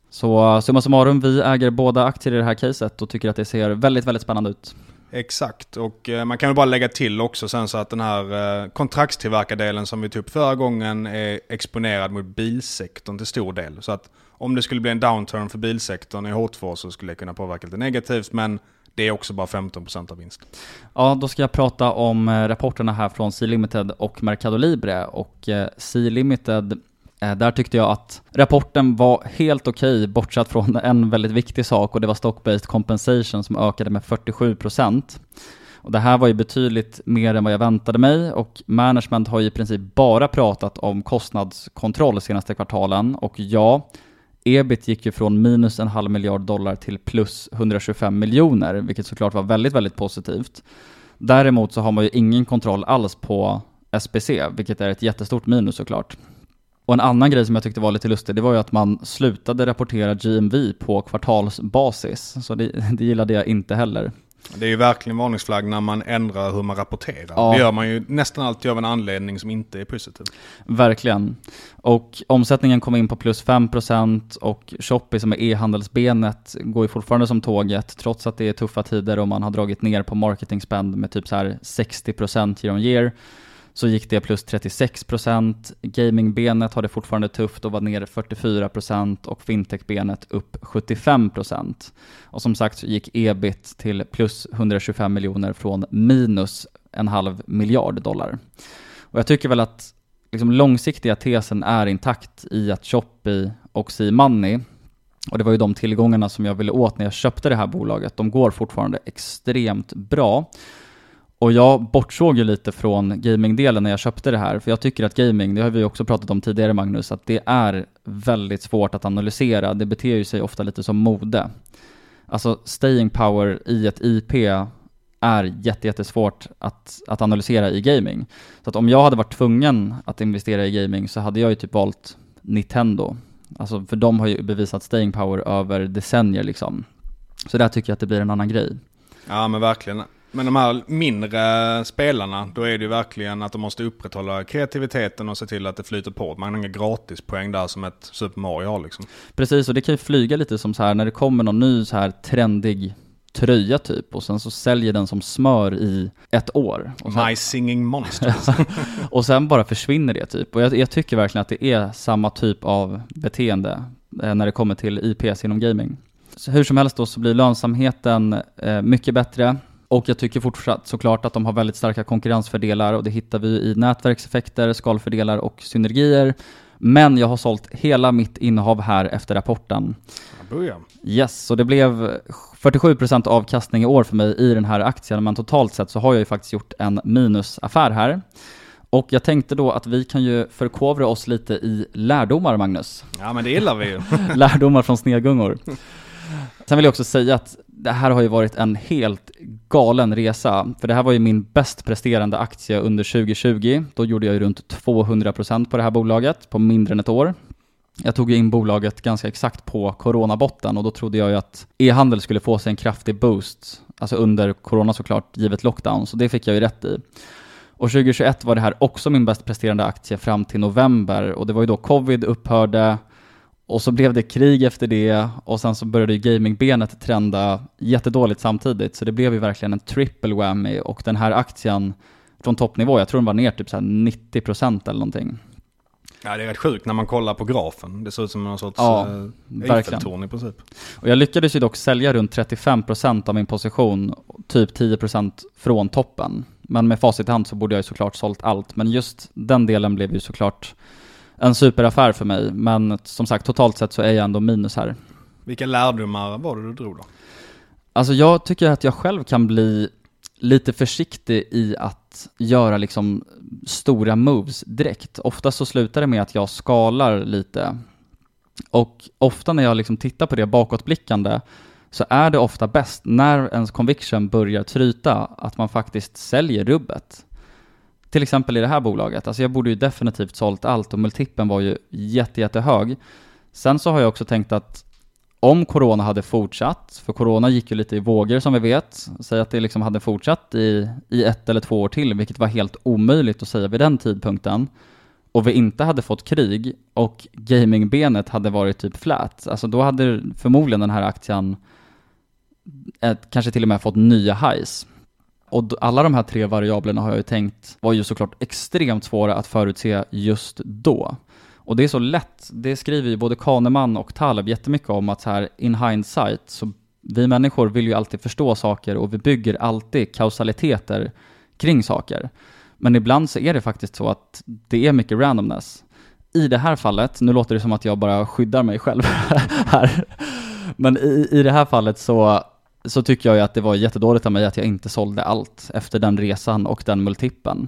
Så summa summarum, vi äger båda aktier i det här caset och tycker att det ser väldigt, väldigt spännande ut. Exakt, och eh, man kan ju bara lägga till också sen så att den här eh, kontraktstillverkardelen som vi tog upp förra gången är exponerad mot bilsektorn till stor del. Så att om det skulle bli en downturn för bilsektorn i H två så skulle det kunna påverka lite negativt, men det är också bara femton procent av vinst. Ja, då ska jag prata om eh, rapporterna här från C-Limited och Mercado Libre. Och eh, C-Limited, eh, där tyckte jag att rapporten var helt okej, bortsett från en väldigt viktig sak, och det var stock-based compensation som ökade med fyrtiosju procent. Och det här var ju betydligt mer än vad jag väntade mig, och management har ju i princip bara pratat om kostnadskontroll de senaste kvartalen. Och ja, ebit gick ju från minus en halv miljard dollar till plus hundratjugofem miljoner, vilket såklart var väldigt, väldigt positivt. Däremot så har man ju ingen kontroll alls på S B C, vilket är ett jättestort minus såklart. Och en annan grej som jag tyckte var lite lustig, det var ju att man slutade rapportera G M V på kvartalsbasis. Så det, det gillade jag inte heller. Det är ju verkligen varningsflagg när man ändrar hur man rapporterar. Ja. Det gör man ju nästan alltid av en anledning som inte är positiv. Verkligen. Och omsättningen kom in på plus fem procent, och Shopee som är e-handelsbenet går ju fortfarande som tåget trots att det är tuffa tider och man har dragit ner på marketing spend med typ så här sextio procent year on year. Så gick det plus trettiosex procent. Gamingbenet har det fortfarande tufft och var ner fyrtiofyra procent, och fintechbenet upp sjuttiofem procent. Och som sagt så gick ebit till plus hundratjugofem miljoner från minus en halv miljard dollar. Och jag tycker väl att liksom långsiktiga tesen är intakt i att Shopee och C-Money, och det var ju de tillgångarna som jag ville åt när jag köpte det här bolaget, de går fortfarande extremt bra. Och jag bortsåg ju lite från gamingdelen när jag köpte det här. För jag tycker att gaming, det har vi också pratat om tidigare Magnus, att det är väldigt svårt att analysera. Det beter ju sig ofta lite som mode. Alltså staying power i ett I P är jättesvårt att, att analysera i gaming. Så att om jag hade varit tvungen att investera i gaming så hade jag ju typ valt Nintendo. Alltså för de har ju bevisat staying power över decennier liksom. Så där tycker jag att det blir en annan grej. Ja men verkligen. Men de här mindre spelarna, då är det ju verkligen att de måste upprätthålla kreativiteten och se till att det flyter på. Man har inga gratispoäng där som ett Super Mario har liksom. Precis, och det kan ju flyga lite som så här när det kommer någon ny så här trendig tröja typ, och sen så säljer den som smör i ett år. Och sen, My Singing Monsters. och sen bara försvinner det typ. Och jag, jag tycker verkligen att det är samma typ av beteende eh, när det kommer till I Ps inom gaming. Så hur som helst då så blir lönsamheten eh, mycket bättre. Och jag tycker fortsatt såklart att de har väldigt starka konkurrensfördelar, och det hittar vi i nätverkseffekter, skalfördelar och synergier. Men jag har sålt hela mitt innehav här efter rapporten. Yes, så det blev fyrtiosju procent avkastning i år för mig i den här aktien, men totalt sett så har jag ju faktiskt gjort en minusaffär här. Och jag tänkte då att vi kan ju förkovra oss lite i lärdomar, Magnus. Ja, men det gillar vi ju. Lärdomar från snedgungor. Sen vill jag också säga att det här har ju varit en helt galen resa. För det här var ju min bäst presterande aktie under tjugo tjugo. Då gjorde jag ju runt tvåhundra procent på det här bolaget på mindre än ett år. Jag tog ju in bolaget ganska exakt på coronabotten och då trodde jag ju att e-handel skulle få sig en kraftig boost. Alltså under corona såklart, givet lockdown. Så det fick jag ju rätt i. Och tjugo tjugoett var det här också min bäst presterande aktie fram till november. Och det var ju då covid upphörde. Och så blev det krig efter det. Och sen så började ju gamingbenet trenda jättedåligt samtidigt. Så det blev ju verkligen en triple whammy. Och den här aktien från toppnivå, jag tror den var ner typ så här nittio procent eller någonting. Ja, det är rätt sjukt när man kollar på grafen. Det ser ut som en sorts ja, äh, Eiffeltorn i princip. Och jag lyckades ju dock sälja runt trettiofem procent av min position, typ tio procent från toppen. Men med facit i hand så borde jag ju såklart sålt allt. Men just den delen blev ju såklart en superaffär för mig. Men som sagt, totalt sett så är jag ändå minus här. Vilka lärdomar var det du drog då? Alltså jag tycker att jag själv kan bli lite försiktig i att göra liksom stora moves direkt. Ofta så slutar det med att jag skalar lite. Och ofta när jag liksom tittar på det bakåtblickande så är det ofta bäst när ens conviction börjar tryta att man faktiskt säljer rubbet. Till exempel i det här bolaget. Alltså jag borde ju definitivt sålt allt och multipeln var ju jätte, jättehög. Sen så har jag också tänkt att om corona hade fortsatt, för corona gick ju lite i vågor som vi vet, säg att det liksom hade fortsatt i, i ett eller två år till, vilket var helt omöjligt att säga vid den tidpunkten, och vi inte hade fått krig och gamingbenet hade varit typ flat, alltså då hade förmodligen den här aktien ett, kanske till och med fått nya highs. Och alla de här tre variablerna har jag ju tänkt var ju såklart extremt svåra att förutse just då. Och det är så lätt, det skriver ju både Kahneman och Taleb jättemycket om, att så här in hindsight, så vi människor vill ju alltid förstå saker och vi bygger alltid kausaliteter kring saker. Men ibland så är det faktiskt så att det är mycket randomness. I det här fallet, nu låter det som att jag bara skyddar mig själv här, men i, i det här fallet så, så tycker jag ju att det var jättedåligt av mig att jag inte sålde allt efter den resan och den multipeln.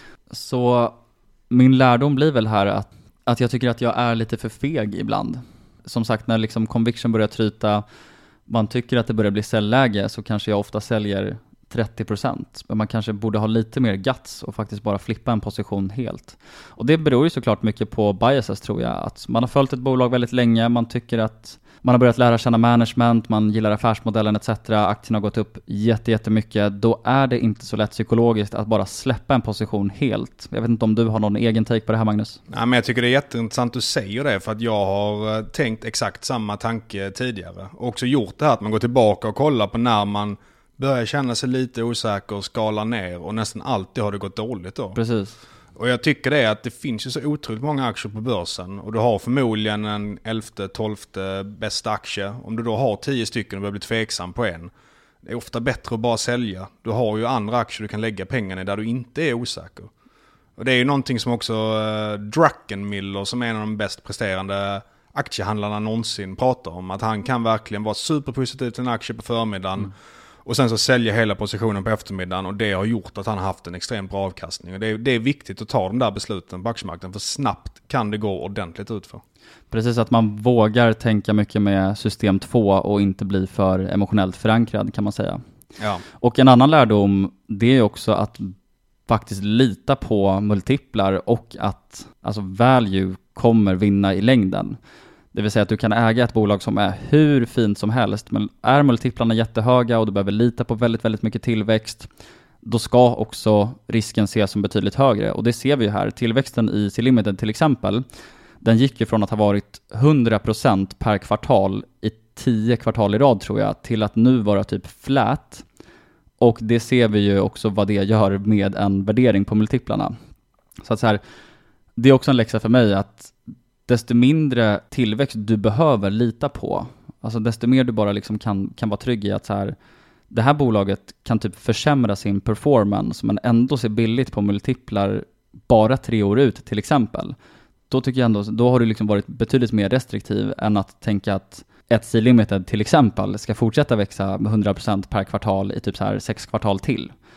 Så min lärdom blir väl här att Att jag tycker att jag är lite för feg ibland. Som sagt, när liksom conviction börjar tryta, man tycker att det börjar bli säljläge, så kanske jag ofta säljer trettio procent. Men man kanske borde ha lite mer guts och faktiskt bara flippa en position helt. Och det beror ju såklart mycket på biases, tror jag. Att man har följt ett bolag väldigt länge, man tycker att man har börjat lära känna management, man gillar affärsmodellen et cetera. Aktien har gått upp jätte, jättemycket. Då är det inte så lätt psykologiskt att bara släppa en position helt. Jag vet inte om du har någon egen take på det här, Magnus? Nej, men jag tycker det är jätteintressant att du säger det, för att jag har tänkt exakt samma tanke tidigare. Och också gjort det här att man går tillbaka och kollar på när man börjar känna sig lite osäker och skala ner, och nästan alltid har det gått dåligt då. Precis. Och jag tycker det är att det finns ju så otroligt många aktier på börsen, och du har förmodligen en elfte, tolfte bästa aktie. Om du då har tio stycken och börjar bli tveksam på en, det är ofta bättre att bara sälja. Du har ju andra aktier du kan lägga pengarna i där du inte är osäker. Och det är ju någonting som också uh, Druckenmiller, som är en av de bäst presterande aktiehandlarna någonsin, pratar om. Att han kan verkligen vara superpositiv till en aktie på förmiddagen, mm. och sen så sälja hela positionen på eftermiddagen, och det har gjort att han har haft en extremt bra avkastning. Och det är, det är viktigt att ta de där besluten på aktiemarknaden, för snabbt kan det gå ordentligt ut för. Precis, att man vågar tänka mycket med system två och inte bli för emotionellt förankrad, kan man säga. Ja. Och en annan lärdom, det är också att faktiskt lita på multiplar och att alltså value kommer vinna i längden. Det vill säga att du kan äga ett bolag som är hur fint som helst, men är multiplarna jättehöga och du behöver lita på väldigt, väldigt mycket tillväxt, då ska också risken ses som betydligt högre. Och det ser vi ju här. Tillväxten i C-Limited till exempel, den gick ju från att ha varit hundra procent per kvartal i tio kvartal i rad, tror jag, till att nu vara typ flat. Och det ser vi ju också vad det gör med en värdering på multiplarna. Så att så här, det är också en läxa för mig att desto mindre tillväxt du behöver lita på, alltså desto mer du bara liksom kan, kan vara trygg i att så här, det här bolaget kan typ försämra sin performance men ändå se billigt på multiplar bara tre år ut till exempel. Då tycker jag ändå, då har du liksom varit betydligt mer restriktiv än att tänka att ett C-Limited till exempel ska fortsätta växa med hundra procent per kvartal i typ så här sex kvartal till.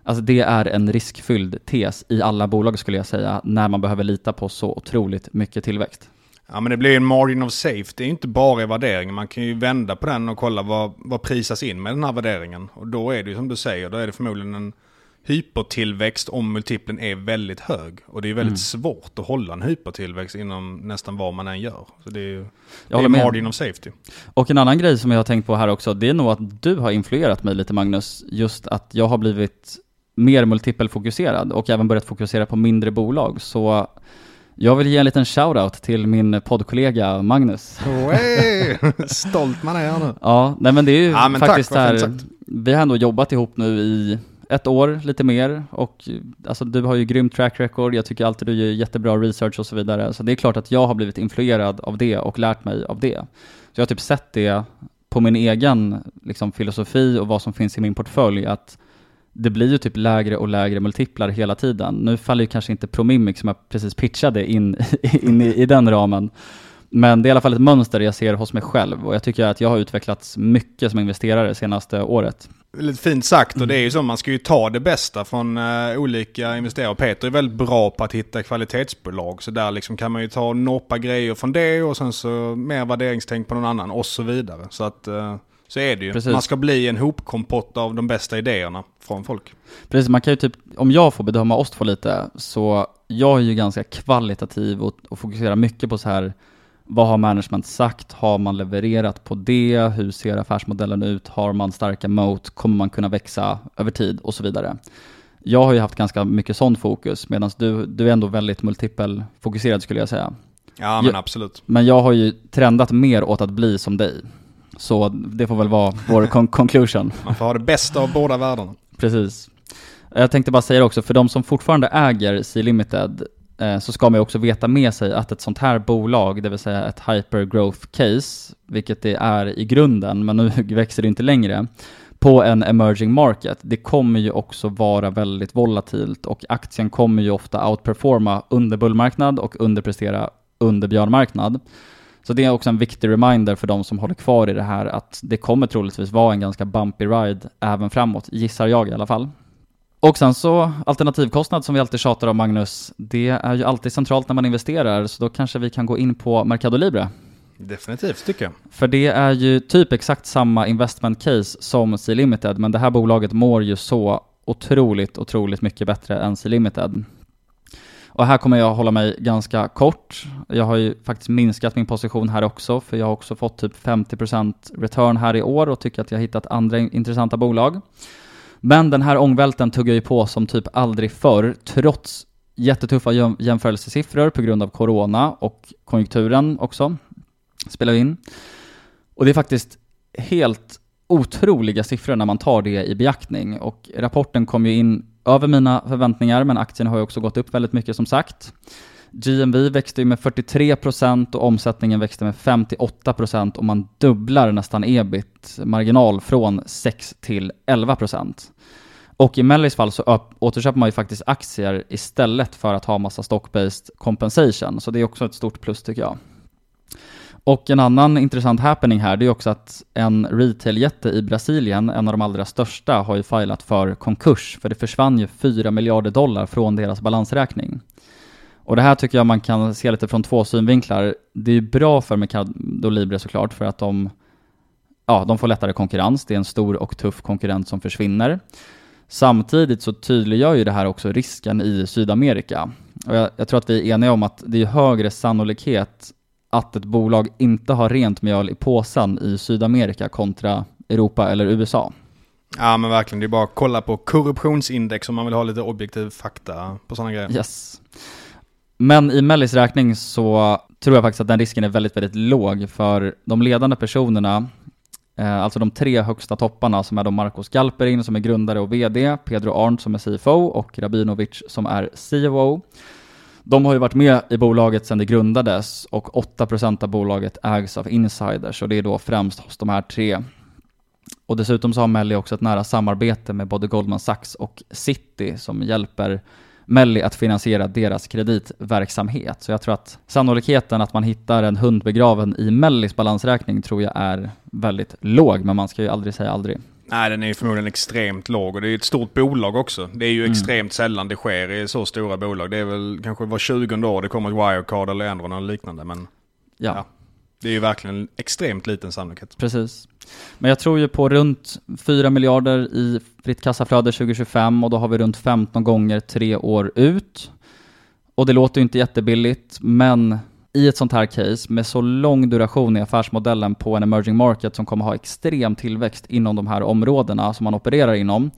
Alltså det är en riskfylld tes i alla bolag skulle jag säga, när man behöver lita på så otroligt mycket tillväxt. Ja, men det blir en margin of safety. Det är inte bara i värderingen. Man kan ju vända på den och kolla vad, vad prisas in med den här värderingen. Och då är det ju som du säger, då är det förmodligen en hypertillväxt om multiplen är väldigt hög. Och det är väldigt mm. svårt att hålla en hypertillväxt inom nästan vad man än gör. Så det är ju det är margin of safety. Och en annan grej som jag har tänkt på här också, det är nog att du har influerat mig lite, Magnus. Just att jag har blivit mer multipelfokuserad och även börjat fokusera på mindre bolag. Så jag vill ge en liten shoutout till min poddkollega Magnus. Hey, stolt man är nu. Ja, nej men det är ju ja, faktiskt tack, här, vi har ändå jobbat ihop nu i ett år, lite mer, och alltså, du har ju grym track record, jag tycker alltid du gör jättebra research och så vidare, så det är klart att jag har blivit influerad av det och lärt mig av det. Så jag har typ sett det på min egen liksom, filosofi och vad som finns i min portfölj, att det blir ju typ lägre och lägre multiplar hela tiden. Nu faller ju kanske inte Promimic som jag precis pitchade in, in i, i den ramen. Men det är i alla fall ett mönster jag ser hos mig själv. Och jag tycker att jag har utvecklats mycket som investerare senaste året. Lite fint sagt, och det är ju så, man ska ju ta det bästa från uh, olika investerare. Peter är väldigt bra på att hitta kvalitetsbolag, så där liksom kan man ju ta noppa grejer från det och sen så mer värderingstänk på någon annan och så vidare. Så att... Uh, Så är det ju. Precis. Man ska bli en hopkompott av de bästa idéerna från folk. Precis, man kan ju typ, om jag får bedöma oss två lite, så jag är ju ganska kvalitativ och, och fokuserar mycket på så här, vad har management sagt? Har man levererat på det? Hur ser affärsmodellen ut? Har man starka moat? Kommer man kunna växa över tid? Och så vidare. Jag har ju haft ganska mycket sån fokus, medan du, du är ändå väldigt multipelfokuserad skulle jag säga. Ja, men jag, absolut. Men jag har ju trendat mer åt att bli som dig. Så det får väl vara vår con- conclusion. Man får ha det bästa av båda världarna. Precis. Jag tänkte bara säga det också, för de som fortfarande äger C-Limited eh, så ska man ju också veta med sig att ett sånt här bolag, det vill säga ett hypergrowth case, vilket det är i grunden, men nu växer det inte längre, på en emerging market, det kommer ju också vara väldigt volatilt och aktien kommer ju ofta outperforma under bullmarknad och underprestera under björnmarknad. Så det är också en viktig reminder för de som håller kvar i det här, att det kommer troligtvis vara en ganska bumpy ride även framåt, gissar jag i alla fall. Och sen så alternativkostnad som vi alltid tjatar om, Magnus, det är ju alltid centralt när man investerar, så då kanske vi kan gå in på Mercado Libre. Definitivt tycker jag. För det är ju typ exakt samma investment case som C-Limited, men det här bolaget mår ju så otroligt, otroligt mycket bättre än C-Limited. Och här kommer jag hålla mig ganska kort. Jag har ju faktiskt minskat min position här också, för jag har också fått typ femtio procent return här i år och tycker att jag har hittat andra intressanta bolag. Men den här ångvälten tuggar ju på som typ aldrig förr, trots jättetuffa jämförelsesiffror på grund av corona och konjunkturen också spelar in. Och det är faktiskt helt otroliga siffror när man tar det i beaktning, och rapporten kom ju in över mina förväntningar, men aktien har ju också gått upp väldigt mycket som sagt. G M V växte ju med fyrtiotre procent och omsättningen växte med femtioåtta procent, och man dubblar nästan ebit-marginal från sex till elva procent. Och i Mellis fall så återköper man ju faktiskt aktier istället för att ha massa stock-based compensation, så det är också ett stort plus tycker jag. Och en annan intressant happening här, det är också att en retail-jätte i Brasilien, en av de allra största, har ju filat för konkurs, för det försvann ju fyra miljarder dollar från deras balansräkning. Och det här tycker jag man kan se lite från två synvinklar. Det är ju bra för Mercado Libre såklart, för att de, ja, de får lättare konkurrens. Det är en stor och tuff konkurrent som försvinner. Samtidigt så tydliggör ju det här också risken i Sydamerika. Och jag, jag tror att vi är eniga om att det är högre sannolikhet att ett bolag inte har rent mjöl i påsen i Sydamerika kontra Europa eller U S A. Ja, men verkligen. Det är bara att kolla på korruptionsindex om man vill ha lite objektiv fakta på sådana grejer. Yes. Men i Mellis räkning så tror jag faktiskt att den risken är väldigt, väldigt låg, för de ledande personerna, eh, alltså de tre högsta topparna, som är då Marcos Galperin som är grundare och vd, Pedro Arnt som är C F O och Rabinovic som är C O O. De har ju varit med i bolaget sedan det grundades, och åtta procent av bolaget ägs av insiders, och det är då främst hos de här tre. Och dessutom så har Melli också ett nära samarbete med både Goldman Sachs och Citi som hjälper Melli att finansiera deras kreditverksamhet. Så jag tror att sannolikheten att man hittar en hund begraven i Mellis balansräkning tror jag är väldigt låg, men man ska ju aldrig säga aldrig. Nej, den är förmodligen extremt låg och det är ett stort bolag också. Det är ju Mm. extremt sällan det sker i så stora bolag. Det är väl kanske var tjugonde år det kommer ett wirecard eller Enron eller liknande. Men Ja. ja, det är ju verkligen en extremt liten sannolikhet. Precis. Men jag tror ju på runt fyra miljarder i fritt kassaflöde tjugo tjugofem och då har vi runt femton gånger tre år ut. Och det låter ju inte jättebilligt, men i ett sånt här case med så lång duration i affärsmodellen på en emerging market som kommer ha extrem tillväxt inom de här områdena som man opererar inom,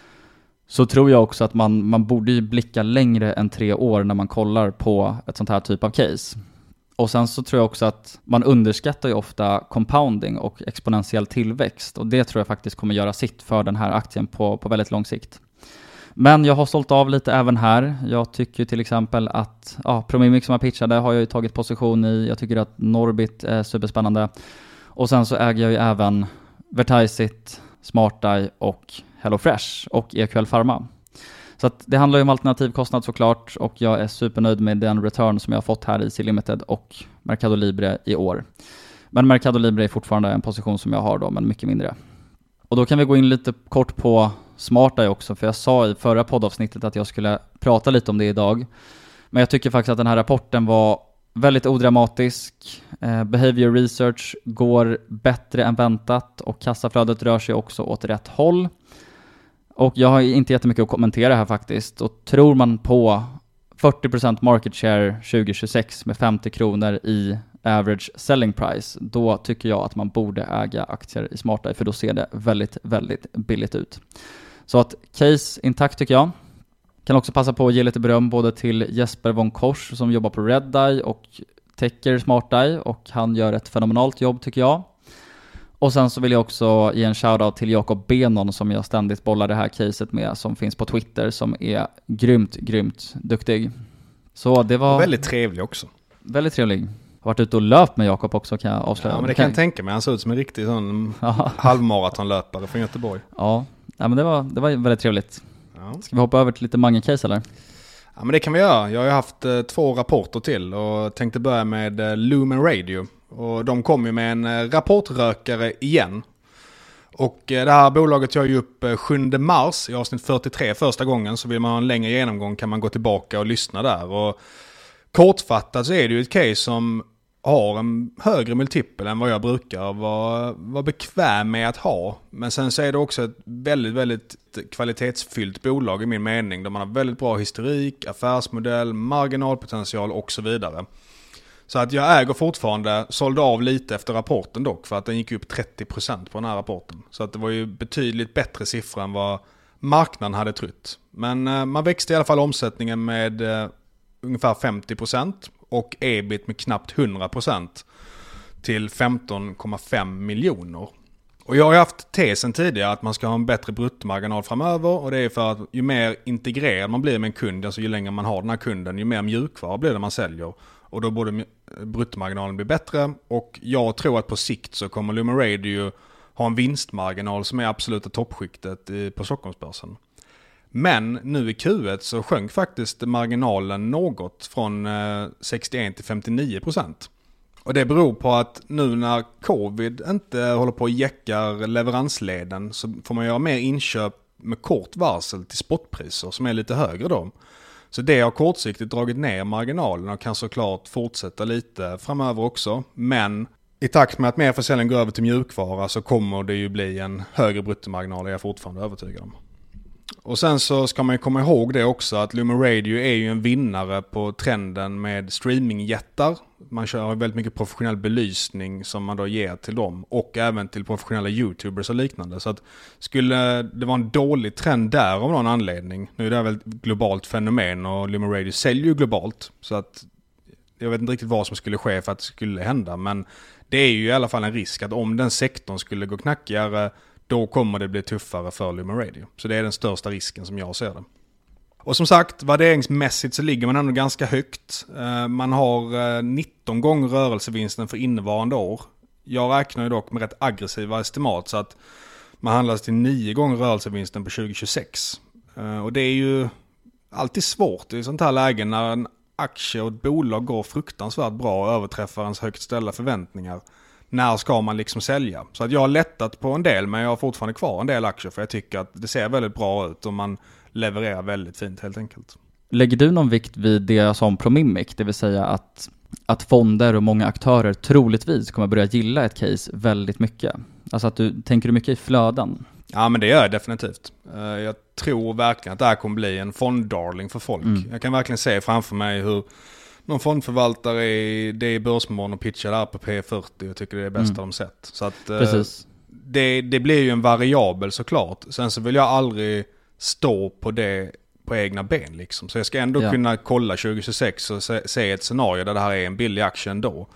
så tror jag också att man, man borde ju blicka längre än tre år när man kollar på ett sånt här typ av case. Och sen så tror jag också att man underskattar ju ofta compounding och exponentiell tillväxt, och det tror jag faktiskt kommer göra sitt för den här aktien på, på väldigt lång sikt. Men jag har sålt av lite även här. Jag tycker till exempel att ja, Promimic som jag pitchade har jag ju tagit position i. Jag tycker att Norbit är superspännande. Och sen så äger jag ju även Vertiseit, SmartEye och HelloFresh och E Q L Pharma. Så att det handlar ju om alternativkostnad såklart, och jag är supernöjd med den return som jag har fått här i C-Limited och Mercado Libre i år. Men Mercado Libre är fortfarande en position som jag har då, men mycket mindre. Och då kan vi gå in lite kort på SmartEye också, för jag sa i förra poddavsnittet att jag skulle prata lite om det idag. Men jag tycker faktiskt att den här rapporten var väldigt odramatisk. Eh, behavior research går bättre än väntat och kassaflödet rör sig också åt rätt håll. Och jag har inte jättemycket att kommentera här faktiskt. Och tror man på fyrtio procent market share tjugo tjugosex med femtio kronor i average selling price, då tycker jag att man borde äga aktier i SmartEye, för då ser det väldigt, väldigt billigt ut. Så att case intakt tycker jag. Kan också passa på att ge lite beröm både till Jesper von Kors som jobbar på Redeye och täcker SmartEye, och han gör ett fenomenalt jobb tycker jag. Och sen så vill jag också ge en shoutout till Jakob Benon som jag ständigt bollar det här caset med, som finns på Twitter, som är grymt, grymt duktig. Så det var... Och väldigt trevlig också. Väldigt trevlig. Jag har varit ute och löpt med Jakob också, kan jag avslöja. Ja, men det kan jag tänka mig. Han ser ut som en riktig sån halvmaratonlöpare från Göteborg. Ja, ja men det var, det var väldigt trevligt. Ja. Ska vi hoppa över till lite Mange-case eller? Ja, men det kan vi göra. Jag har ju haft eh, två rapporter till och tänkte börja med eh, Lumen Radio. Och de kom ju med en eh, rapportrökare igen. Och eh, det här bolaget gör ju upp eh, sjunde mars i avsnitt fyrtiotre första gången. Så vill man ha en längre genomgång kan man gå tillbaka och lyssna där. Och kortfattat så är det ju ett case som har en högre multipel än vad jag brukar vara, vara bekväm med att ha. Men sen så är det också ett väldigt, väldigt kvalitetsfyllt bolag i min mening. Där man har väldigt bra historik, affärsmodell, marginalpotential och så vidare. Så att jag äger fortfarande, sålde av lite efter rapporten dock, för att den gick upp trettio procent på den här rapporten. Så att det var ju betydligt bättre siffror än vad marknaden hade trott. Men eh, man växte i alla fall omsättningen med eh, ungefär femtio procent och ebit med knappt hundra procent till femton komma fem miljoner. Och jag har haft tesen tidigare att man ska ha en bättre bruttomarginal framöver, och det är för att ju mer integrerad man blir med en kund, alltså ju längre man har den här kunden, ju mer mjukvara blir det man säljer. Och då borde bruttomarginalen bli bättre, och jag tror att på sikt så kommer Lumen Radio ha en vinstmarginal som är absoluta toppskiktet på Stockholmsbörsen. Men nu i Q ett så sjönk faktiskt marginalen något från sextioen till femtionio procent. Och det beror på att nu när covid inte håller på att jäcka leveransleden så får man göra mer inköp med kort varsel till spotpriser som är lite högre då. Så det har kortsiktigt dragit ner marginalen och kan såklart fortsätta lite framöver också. Men i takt med att mer försäljning går över till mjukvara så kommer det ju bli en högre bruttomarginal, är jag fortfarande övertygad om. Och sen så ska man ju komma ihåg det också att Lumen Radio är ju en vinnare på trenden med streamingjättar. Man kör väldigt mycket professionell belysning som man då ger till dem och även till professionella YouTubers och liknande. Så att skulle det vara en dålig trend där av någon anledning, nu är det väl ett globalt fenomen och Lumen Radio säljer ju globalt, så att jag vet inte riktigt vad som skulle ske för att det skulle hända, men det är ju i alla fall en risk att om den sektorn skulle gå knackigare, då kommer det bli tuffare för Lumen Radio. Så det är den största risken som jag ser det. Och som sagt, värderingsmässigt så ligger man ändå ganska högt. Man har nitton gånger rörelsevinsten för innevarande år. Jag räknar ju dock med rätt aggressiva estimat, så att man handlas till nio gånger rörelsevinsten på tjugo tjugosex. Och det är ju alltid svårt i sånt här läge när en aktie och ett bolag går fruktansvärt bra och överträffar ens högt ställda förväntningar. när ska man liksom sälja? Så att jag har lättat på en del, men jag har fortfarande kvar en del aktier för jag tycker att det ser väldigt bra ut och man levererar väldigt fint helt enkelt. Lägger du någon vikt vid det jag sa om Promimic, det vill säga att, att fonder och många aktörer troligtvis kommer börja gilla ett case väldigt mycket? Alltså att du tänker du mycket i flöden? Ja, men det gör jag definitivt. Jag tror verkligen att det här kommer bli en fonddarling för folk. Mm. Jag kan verkligen se framför mig hur någon fondförvaltare är, det är Börsmorgon och pitchar där på P fyrtio och tycker det är det bästa mm. de sett. Så att, Precis. Det, det blir ju en variabel såklart. Sen så vill jag aldrig stå på det på egna ben liksom. Så jag ska ändå ja. kunna kolla tjugo tjugosex och se, se ett scenario där det här är en billig aktie ändå.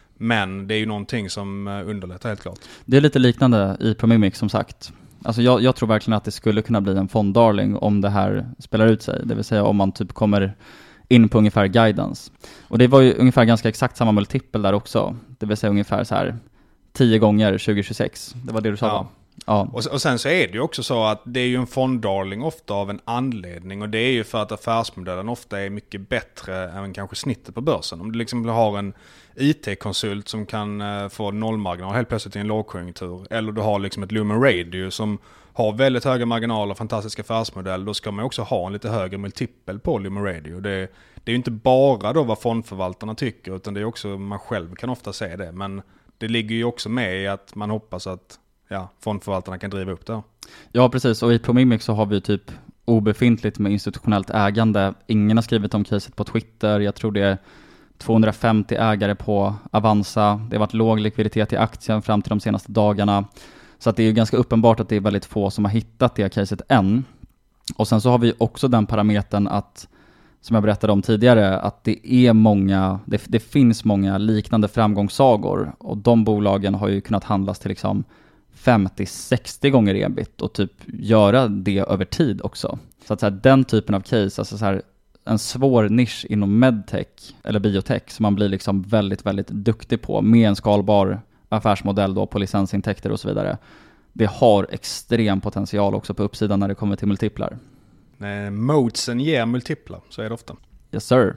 Men det är ju någonting som underlättar helt klart. Det är lite liknande i Promimic som sagt. Alltså jag, jag tror verkligen att det skulle kunna bli en fonddarling om det här spelar ut sig. Det vill säga om man typ kommer in på ungefär guidance. Och det var ju ungefär ganska exakt samma multipel där också. Det vill säga ungefär så här tio gånger tjugo tjugosex. Det var det du sa. Ja. Ja. Och, och sen så är det ju också så att det är ju en fonddarling ofta av en anledning. Och det är ju för att affärsmodellen ofta är mycket bättre än kanske snittet på börsen. Om du liksom har en I T-konsult som kan uh, få nollmarginal helt plötsligt i en lågkonjunktur. Eller du har liksom ett Lumen Radio som har väldigt höga marginaler och fantastisk affärsmodell. Då ska man också ha en lite högre multipel på Lumen Radio. Det, det är ju inte bara då vad fondförvaltarna tycker, utan det är också man själv kan ofta se det. Men det ligger ju också med i att man hoppas att ja, fondförvaltarna kan driva upp det. Ja, precis. Och i Promimic så har vi typ obefintligt med institutionellt ägande. Ingen har skrivit om caset på Twitter. Jag tror det är tvåhundrafemtio ägare på Avanza. Det har varit låg likviditet i aktien fram till de senaste dagarna. Så att det är ju ganska uppenbart att det är väldigt få som har hittat det caset än. Och sen så har vi också den parametern att, som jag berättade om tidigare, att det är många, det, det finns många liknande framgångssagor. Och de bolagen har ju kunnat handlas till liksom femtio sextio gånger ebit och typ göra det över tid också. Så att så här, den typen av case, alltså så här, en svår nisch inom medtech eller biotech som man blir liksom väldigt, väldigt duktig på med en skalbar affärsmodell då på licensintäkter och så vidare. Det har extrem potential också på uppsidan när det kommer till multiplar. Eh, Modesen ger multiplar, så är det ofta. Yes sir.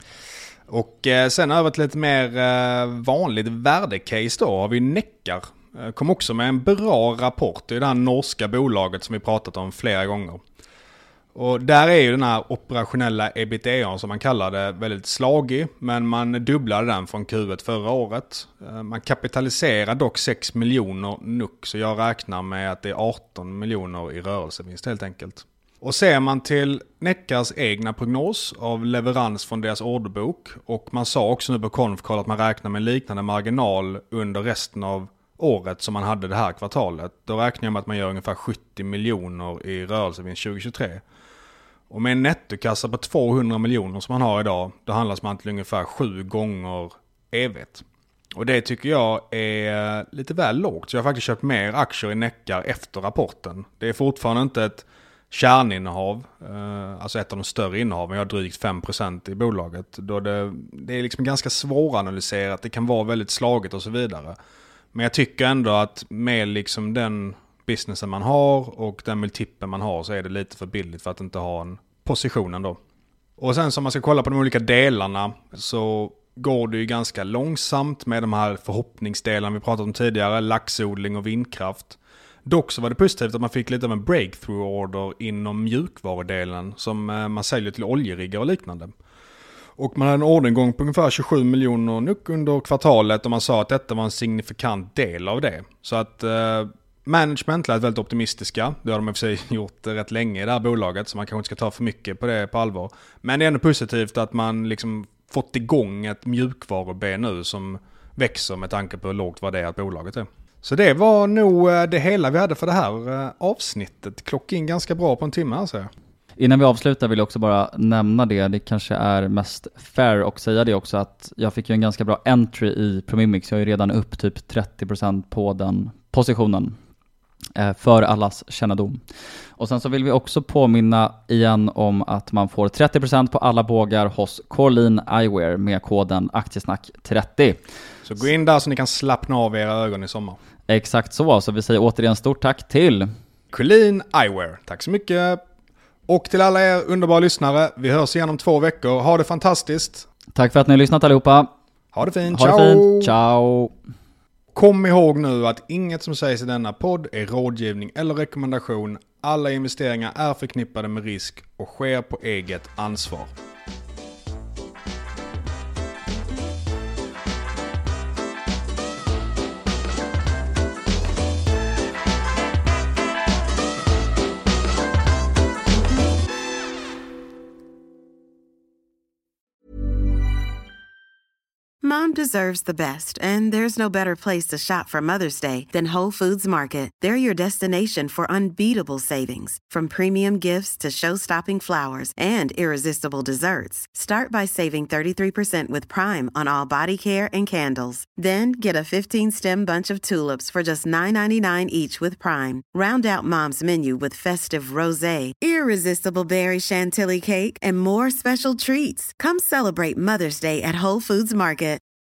Och eh, sen över till lite mer eh, vanligt värdecase då har vi Nekkar. Eh, kom också med en bra rapport. Det är det här norska bolaget som vi pratat om flera gånger. Och där är ju den här operationella EBITDA som man kallar det väldigt slagig, men man dubblade den från Q ett förra året. Man kapitaliserar dock sex miljoner N U C, så jag räknar med att det är arton miljoner i rörelsevinst helt enkelt. Och ser man till Nekkars egna prognos av leverans från deras orderbok, och man sa också nu på Confcall att man räknar med en liknande marginal under resten av året som man hade det här kvartalet, då räknar jag med att man gör ungefär sjuttio miljoner i rörelsevinst tjugo tjugotre. Och med en nettokassa på tvåhundra miljoner som man har idag, då handlas man till ungefär sju gånger E V. Och det tycker jag är lite väl lågt. Så jag har faktiskt köpt mer aktier i Nekkar efter rapporten. Det är fortfarande inte ett kärninnehav, alltså ett av de större innehaven. Jag har drygt fem procent i bolaget. Då det, det är liksom ganska svåranalyserat. Det kan vara väldigt slaget och så vidare. Men jag tycker ändå att med liksom den businessen man har och den multipeln man har, så är det lite för billigt för att inte ha en position ändå. Och sen som man ska kolla på de olika delarna, så går det ju ganska långsamt med de här förhoppningsdelarna vi pratade om tidigare, laxodling och vindkraft. Dock så var det positivt att man fick lite av en breakthrough order inom mjukvarudelen som man säljer till oljeriggar och liknande. Och man hade en orderingång på ungefär tjugosju miljoner N U C under kvartalet, och man sa att detta var en signifikant del av det. Så att eh, management lät väldigt optimistiska. Det har de i och för sig gjort rätt länge i det här bolaget, så man kanske inte ska ta för mycket på det på allvar. Men det är ändå positivt att man liksom fått igång ett mjukvaru-ben nu som växer med tanke på hur lågt värderat bolaget är. Så det var nog det hela vi hade för det här avsnittet. Klockade in ganska bra på en timme, alltså. Innan vi avslutar vill jag också bara nämna det. Det kanske är mest fair att säga det också, att jag fick ju en ganska bra entry i Promimic. Jag är ju redan upp typ trettio procent på den positionen eh, för allas kännedom. Och sen så vill vi också påminna igen om att man får trettio procent på alla bågar hos Corlin Eyewear med koden aktiesnack trettio. Så gå in där så ni kan slappna av era ögon i sommar. Exakt så, så vi säger återigen stort tack till Corlin Eyewear. Tack så mycket. Och till alla er underbara lyssnare, vi hörs igen om två veckor. Ha det fantastiskt. Tack för att ni har lyssnat allihopa. Ha det fint. Ha Ciao. det fint. Ciao. Kom ihåg nu att inget som sägs i denna podd är rådgivning eller rekommendation. Alla investeringar är förknippade med risk och sker på eget ansvar. Mom deserves the best, and there's no better place to shop for Mother's Day than Whole Foods Market. They're your destination for unbeatable savings, from premium gifts to show-stopping flowers and irresistible desserts. Start by saving thirty-three percent with Prime on all body care and candles. Then get a fifteen-stem bunch of tulips for just nine ninety-nine each with Prime. Round out Mom's menu with festive rosé, irresistible berry chantilly cake, and more special treats. Come celebrate Mother's Day at Whole Foods Market.